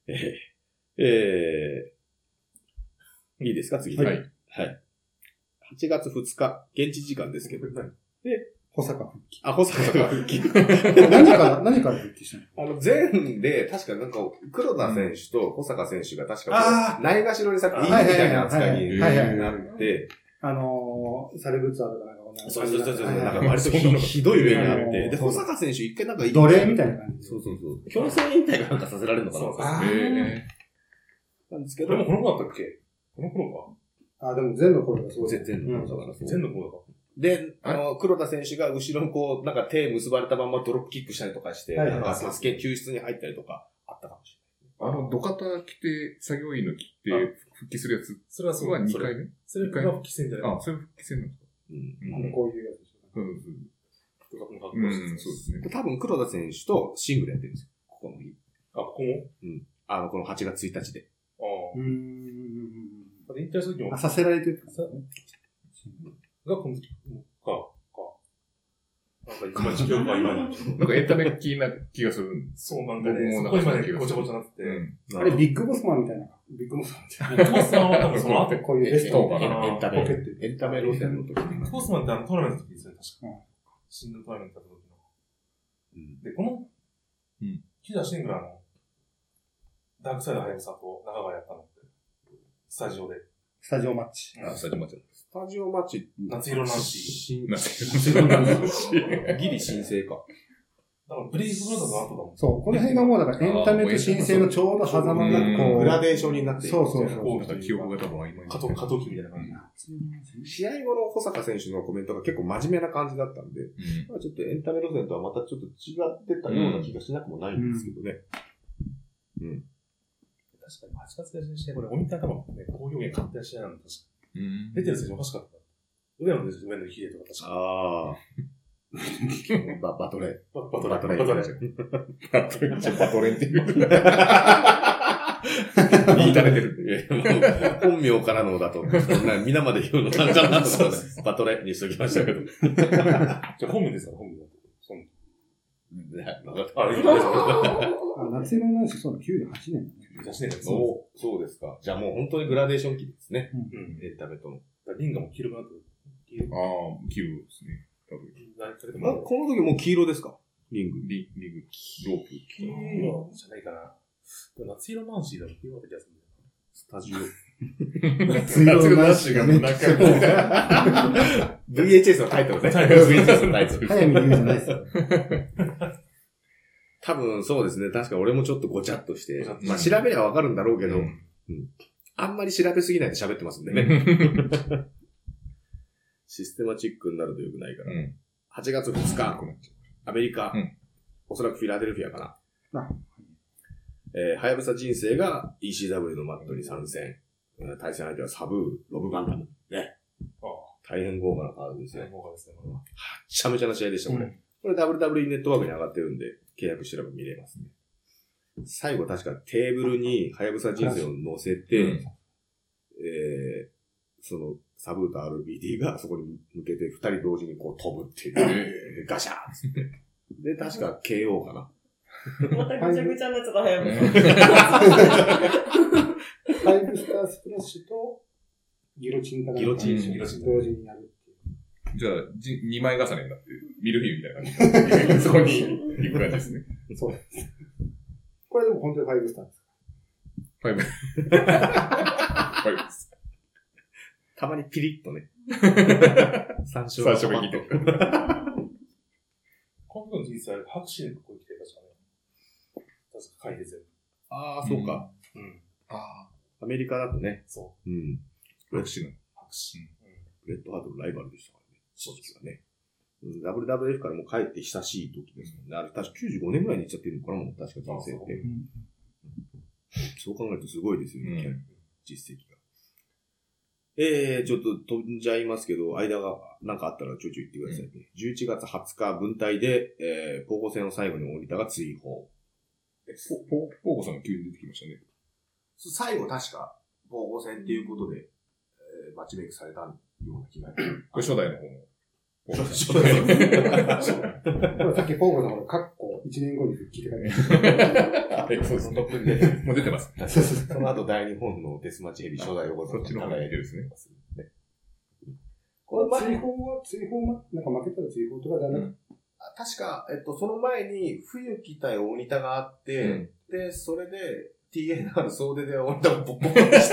いいですか次。はい。はい。8月2日、現地時間ですけど。 で、保坂復帰。 保坂が復帰。 何から復帰したの？ 前で、確かなんか、黒田選手と保坂選手が確か、ないがしろにさっきいいみたいな扱いになって、サレブツアーとかなんかそう。なんか割とひどい上にあって、で、保坂選手一回なんか奴隷みたいな感じ。 そう。強制引退がなんかさせられるのかななんですけど。 でもこの頃だったっけ？この頃か。でも前の頃だそう前の頃だから。 前の頃だか。 で、黒田選手が後ろにこう、なんか手結ばれたままドロップキックしたりとかして、なんか助け、救出に入ったりとかあったかもしれない。 土方着て、作業員の着て、復帰するやつ。 それはそう。 2回目それが復帰戦じゃない？ それ復帰戦なんですか？ こういうやつでしょ。 そうですね。 多分黒田選手とシングルやってるんですよ。ここの日。 ここも？ この8月1日で。 引退する時も。 させられてる。 がこの時か。なんか一番記憶が今に。 なんかエンタメ気な気がする。 そうなんだね。そこ今ね、ごちゃごちゃなってて。 あれ、ビッグボスマンみたいな。ビッグボスマンみたいな。 ビッグボスマンは多分その後。 こういうベストエンタメ路線の時。 ビッグボスマンってトーナメントの時ですね、確か。シングルトーナメントやった時の。で、この、記者シングルダークサイドハヤブサと中川やったのって、スタジオで。 スタジオマッチ。 スタジオマッチ。 夏色ナンシー。夏色ナンシー。ギリ新生か。 だからブレイクブラザーズの後だもん。 そう、この辺がもうだからエンタメと新生のちょうど狭間がこう。 グラデーションになっている。 そう。 記憶が多分曖昧。 過渡期みたいな感じ。試合後の保坂選手のコメントが結構真面目な感じだったんで、ちょっとエンタメ路線とはまたちょっと違ってたような気がしなくもないんですけどね。 確かに8月で試合、これ、おみたいな多分ね、工業芸勝手な試合なの、確かに。出てる選手おかしかった。上野秀とか確かに。 バトレンっていう。言いたれてる。本名からのだと、皆まで言うのなんかなと思って、バトレにしときましたけど。 じゃあ本名ですから、本名だと。 夏色のナンシー、そうだ、98年だね。そうですか。じゃあもう本当にグラデーション期ですね。エンタメとの。 リンガも黄色くなってる。 黄色ですね。多分。 この時もう黄色ですか？リング、ロープ。 黄色じゃないかな。夏色ナンシーだろ、黄色だった気がするんだよな。 スタジオ。 夏色ナンシーがなんか、 VHS のタイトルね。 VHS のタイトル。早見優じゃないですよ。 多分そうですね。確か俺もちょっとごちゃっとして。まあ調べればわかるんだろうけど。 あんまり調べすぎないで喋ってますんでね。システマチックになると良くないから。8月2日、アメリカ、おそらくフィラデルフィアかな。はやぶさ人生が ECW のマットに参戦。対戦相手はサブー、ロブ・ガンダム。ね。大変豪華なカードですね。 豪華ですね、これは。 はっちゃめちゃな試合でした、これ。これ WWE ネットワークに上がってるんで、契約してれば見れますね。最後確かテーブルにはやぶさ人生を乗せて、そのサブーと RBD がそこに向けて二人同時にこう飛ぶっていう。ガシャーッつって。で、確か KO かな。 またぐちゃぐちゃになっちゃった、はやぶさ。 ファイブスタースプラッシュとギロチンかな。 ギロチン同時にやるっていう。 じゃあ、2枚重ねになって、ミルフィーユみたいな感じで、そこに行く感じですね。 そうです。これでも本当にファイブスターです。 ファイブスター。 たまにピリッとね。3勝が聞いてる。 今度の人生は拍手にここに来て、確かね。確か回で全部。 ああ、そうか。アメリカだとね。 そう。 拍手の。 レッドハートのライバルでしたからね。そうですよね。WWF からも帰って久しい時ですもんね。あれ確か95年ぐらいに行っちゃってるのかな、もう確か人生って。そう考えるとすごいですよね、実績が。ちょっと飛んじゃいますけど、間がなんかあったらちょいちょい言ってくださいね。11月20日分隊で、ポーゴ戦を最後に降りたが追放です。 ポーゴさんが急に出てきましたね。 最後確か、ポーゴ戦っていうことで、マッチメイクされたような気が。 これ初代の方の。 初代の方。さっきポーゴさんのカッコ1年後に復帰って書いてある。 そうですね。もう出てます。 その後大日本のデスマッチヘビ初代横綱。 そっちの方がいいですね。 これ追放なんか負けたら追放とかじゃなくて、 確か、その前に冬木対大仁田があって、で、それで TNR 総出で大仁田をボッコボコにして、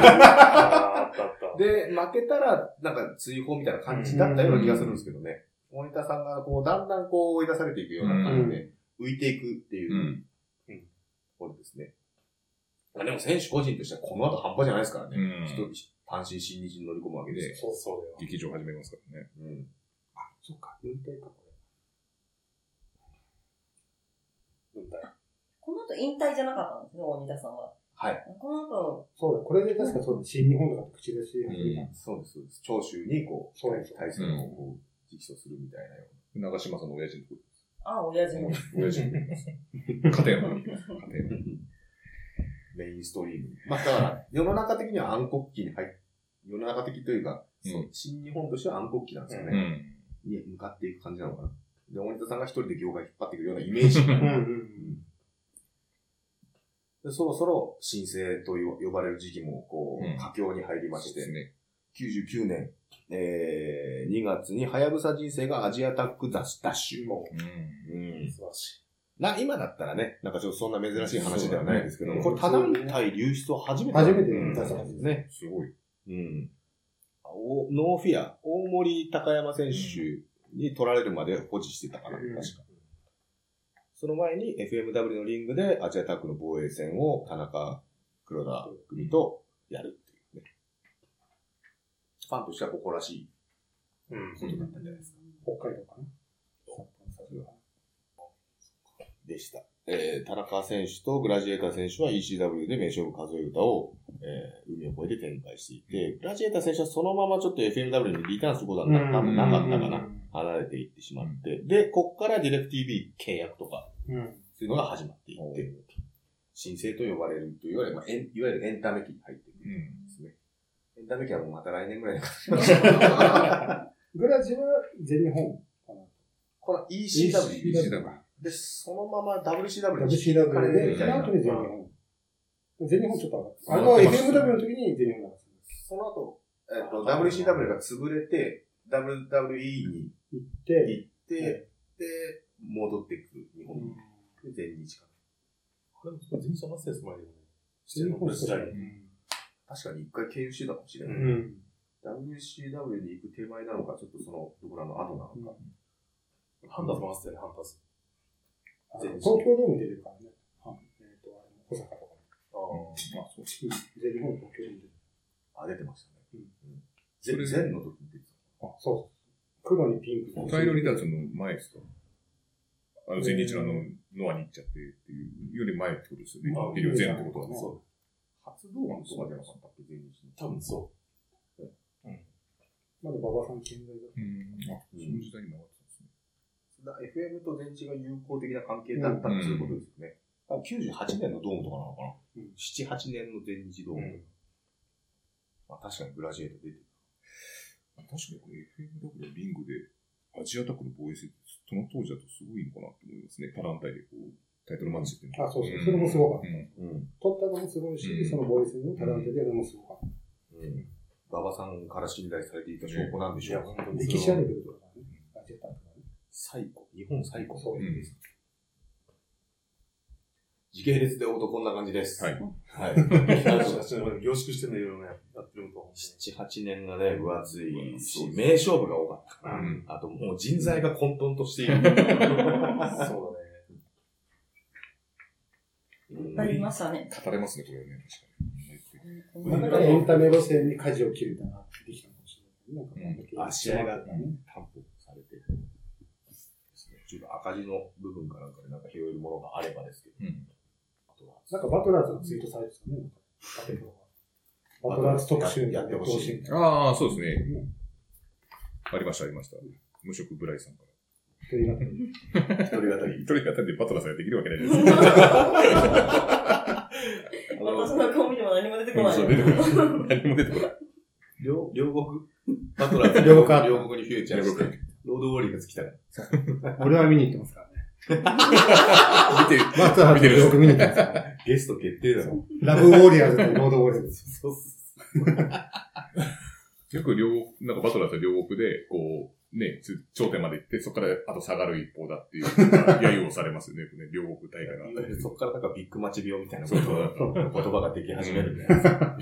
で、負けたら、なんか追放みたいな感じだったような気がするんですけどね。大仁田さんが、こう、だんだんこう追い出されていくような感じで、浮いていくっていう、ところですね。でも選手個人としてはこの後半端じゃないですからね。単身新日に乗り込むわけで。 そうだよ。 劇場始めますからね。 あ、そっか、引退か、これ。引退。 この後引退じゃなかったんですね、大仁田さんは。 はい。 この後。 そうだ、これで確かそうだ、新日本とか口出し始めた。 そうです、そうです。長州にこう、対戦をこう、実装するみたいなような。長島さんの親父のところです。 あ、親父の。 親父の。家庭の。 メインストリーム。まあ、だから、世の中的には暗黒期に世の中的というか、新日本としては暗黒期なんですよね。に向かっていく感じなのかな。で、大仁田さんが一人で業界引っ張っていくようなイメージになる。でそろそろ新生と呼ばれる時期も、こう、佳境に入りまして、99年、2月にはやぶさ人生がアジアタックダッシュ。素晴らしい。今だったらね、なんかちょっとそんな珍しい話ではないですけど、これ他団体流出を初めて出したんですね。 すごい。ノーフィア、大森高山選手に取られるまで保持してたかな、確か。その前に FMW のリングでアジアタックの防衛戦を田中、黒田組とやるっていうね。ファンとしては誇らしいことだったんじゃないですか。 北海道かな。 でした。田中選手とグラジエーター選手は ECW で名勝負数え歌を、海を越えて展開していて、グラジエーター選手はそのままちょっと FMW にリターンすることは多分なかったかな。離れていってしまって。で、こっからディレク TV 契約とか、そういうのが始まっていって、新生と呼ばれるというよりは、いわゆるエンタメ期に入っていくんですね。エンタメ期はもうまた来年ぐらいに語りましょう。 グラジは全日本かな。 この ECW。で、そのまま WCW に引かれて、その後に全日本。全日本ちょっと上がった。FMW の時に全日本が上がった。 その後、WCW が潰れて、WWE に行って、で、戻ってくる日本に。全日かな。 これも全日はマスターです前にもね。 全日本確かに一回経由してたかもしれない。WCW に行く手前なのか、ちょっとその、どこらの後なのか。 ハンターズもマスターね、ハンターズ。 東京ドーム出てるからね。保坂とか。 まあ、そう。 全日本東京に出て出てましたね。 全の時に出てた。そう。黒にピンク。 大量離脱の前ですか？全日のノアに行っちゃってっていうより前ってことですよね。医療全ってことは。 そう。初動画のそばじゃなかったっけ、全日に。多分そう。 まだ馬場さん健在だった。 その時代に回ってたんですね。 FM と全日が友好的な関係だったっていうことですよね。98年のドームとかなのかな、7、8年の全日ドーム。確かにグラジエート出てる。 確かにこれ FMW リングでアジアタックの防衛戦、その当時だとすごいのかなと思いますね。他団体でこう、タイトルマッチっていうのは。 そうそう。それもすごかった。取ったのもすごいし、その防衛戦の他団体でやるのもすごかった。 馬場さんから信頼されていた証拠なんでしょう。 歴史あるけどだからね。アジアタックがね。 最古。日本最古。そうです。時系列でおとこんな感じです。はい。はい。 凝縮してね、いろいろやってると。 7、8年がね、分厚いし、名勝負が多かった。あともう人材が混沌としている。そうだね。 ありましたね。 語れますね、これね。 確かに。だからエンタメ路線に舵を切れたなってできたかもしれない。 試合が担保されて。ちょっと赤字の部分かなんかでなんか拾えるものがあればですけど。 なんかバトラーズのツイートされてたね。バトラーズ特集やってほしい。 そうですね。ありました、ありました。無職ブライさんから。 一人語り。一人語りでバトラーさんができるわけないじゃないですか。 私の顔見ても何も出てこない。 何も出てこない。 両国バトラーズ両国にフューチャーして、ロードウォーリーが来たから。 俺は見に行ってますからね。 見てる。 よく見に行ってますから。 ゲスト決定だろ。 ラブウォーリアーズとロードウォーリアーズ。 そうよくなんかバトラーズ両国で、こう、ね、頂点まで行って、そこからあと下がる一方だっていう、揶揄をされますよね、両国大会が。 そこからなんかビッグマッチ病みたいな言葉ができ始めるみたいな。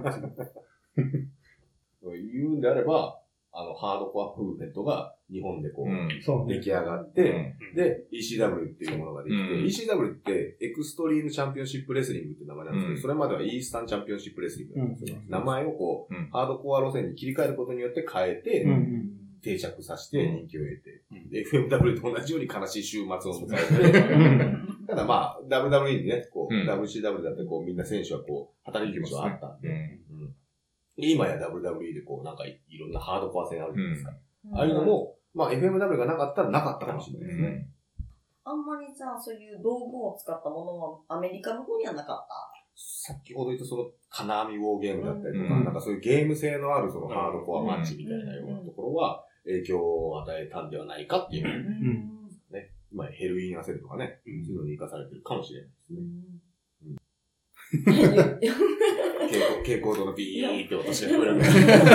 言うんであれば、ハードコアムーブメントが日本でこう、出来上がって、で、ECW っていうものができて、ECW ってエクストリームチャンピオンシップレスリングって名前なんですけど、それまではイースタンチャンピオンシップレスリングなんですよ。名前をこう、ハードコア路線に切り替えることによって変えて、定着させて人気を得て、FMW と同じように悲しい週末を迎えて、ただまあ、WWE にね、こう、WCW だってこう、みんな選手はこう、働き口はあったんで、今や WWE でこう、なんかいろんなハードコア戦あるじゃないですか。ああいうのも、まあ FMW がなかったらなかったかもしれないですね。 あんまりじゃあそういう道具を使ったものはアメリカの方にはなかった。 先ほど言ったその金網ウォーゲームだったりとか、なんかそういうゲーム性のあるそのハードコアマッチみたいなようなところは影響を与えたんではないかっていうね。今ヘルインアセルとかね、そういうのに活かされてるかもしれないですね。蛍光灯のビーって音してくれる。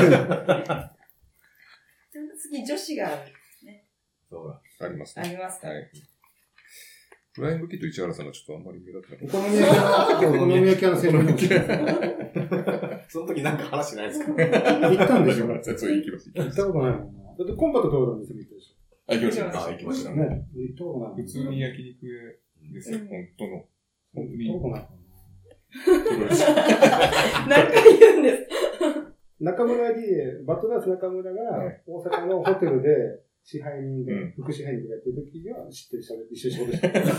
次、女子がある。ね。 そうだ。ありますね。 ありますか。はい。 フライングキッド市原さんがちょっとあんまり目立ってない。 お好み焼き屋の専門家。 その時なんか話しないですか？ 行ったんでしょ？ そう行きます。 行ったことないもんな。だってコンバとトーダの店も行ったでしょ？ 行きました。行きましたね。行ったことない。 普通に焼肉屋ですよ。本当の。 本当に。行ったことないかな。 何回言うんです中村に、バトラーズ中村が大阪のホテルで支配人で、副支配人でやってる時には知ってる人で一緒に仕事してる。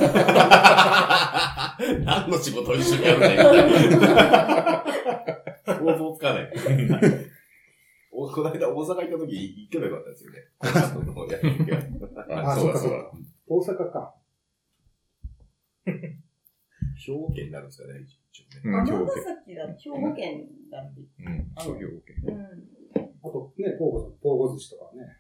何の仕事を一緒にやるんだよ。想像つかない。この間大阪行った時行けばよかったですよね。 あ、そうかそうか。大阪か。 兵庫県になるんですかね、一応ね。尼崎だ、兵庫県だって。 そう、兵庫県。 あとね、ポーゴ寿司とかね。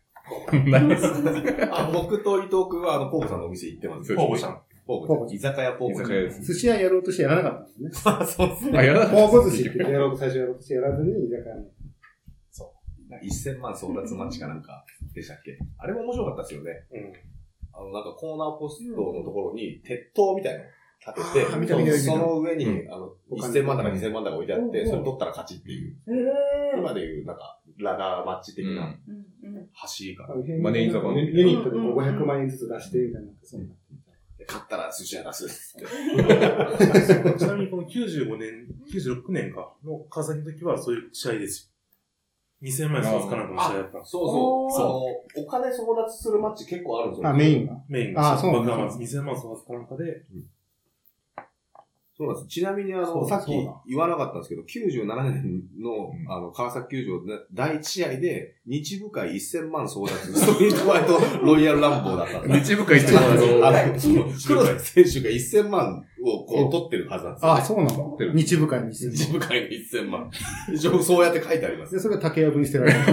僕と伊藤君はポーゴさんのお店行ってます。 ポーゴさん。 ポーゴ居酒屋ポーゴさん。 寿司屋やろうとしてやらなかったんですね。 そうですね。 ポーゴ寿司って最初やろうとしてやらずに居酒屋に。 そう。1000万争奪マッチかなんかでしたっけ？あれも面白かったですよね。なんかコーナーポストのところに鉄塔みたいなの立てて、その上に、1000万だか2000万だか置いてあって、それ取ったら勝ちっていう。今でいう、なんか、ラダーマッチ的な、橋が。 マネーザバン。 ユニットで500万円ずつ出して、みたいな。 勝ったら寿司屋出すって。 ちなみにこの95年、96年かの川崎の時はそういう試合ですよ。2000万円争奪かなんかの試合だった。 そう。お金争奪するマッチ結構あるんですよ。 メインが。 そうなんです。2000万争奪かなんかで。 そうなんです。ちなみにさっき言わなかったんですけど、97年の、川崎球場で第1試合で、日部会1000万争奪、ストリートファイトロイヤルランボーだったんです。 日部会1000万黒田選手が1000万をこう取ってるはずなんですよ、ね。 そうなの？日部会に1000万。 日部会に1000万。一応そうやって書いてあります。 で、それが竹やぶに捨てられる。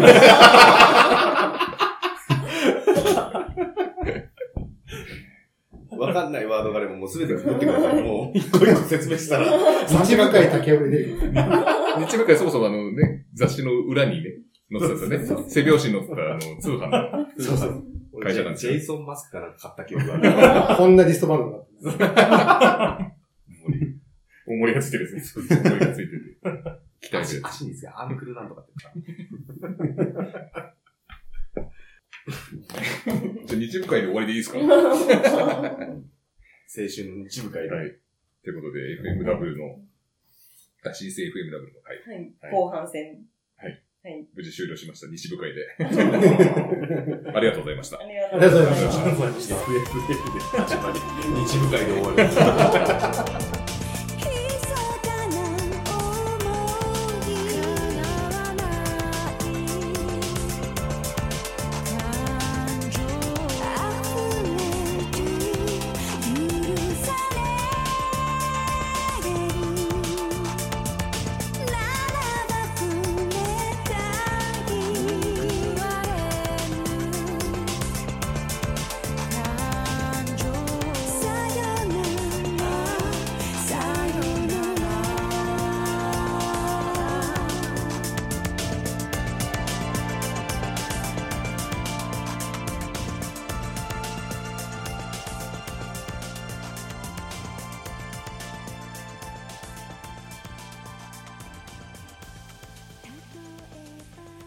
わかんないワードがあればもうすべて振ってください。もう一個一個説明したら。 日部会竹やぶに出る。 日部会そもそも雑誌の裏にね、載ってたんですよね。背表紙に載ってた通販の会社なんですよ。 ジェイソン・マスクから買った記憶がある。 こんなリストバンドがあった。 重りがついてるやつです。重りがついてて。期待してる。 足にですよ。アンクルなんとかってじゃあ日部会で終わりでいいですか？青春の日部会で。 はい。ということで、FMW の、新生 FMW の会。 はい。後半戦。 はい。 はい。 無事終了しました。日部会で。ありがとうございました。 ありがとうございました。 FFF で始まり、日部会で終わりました。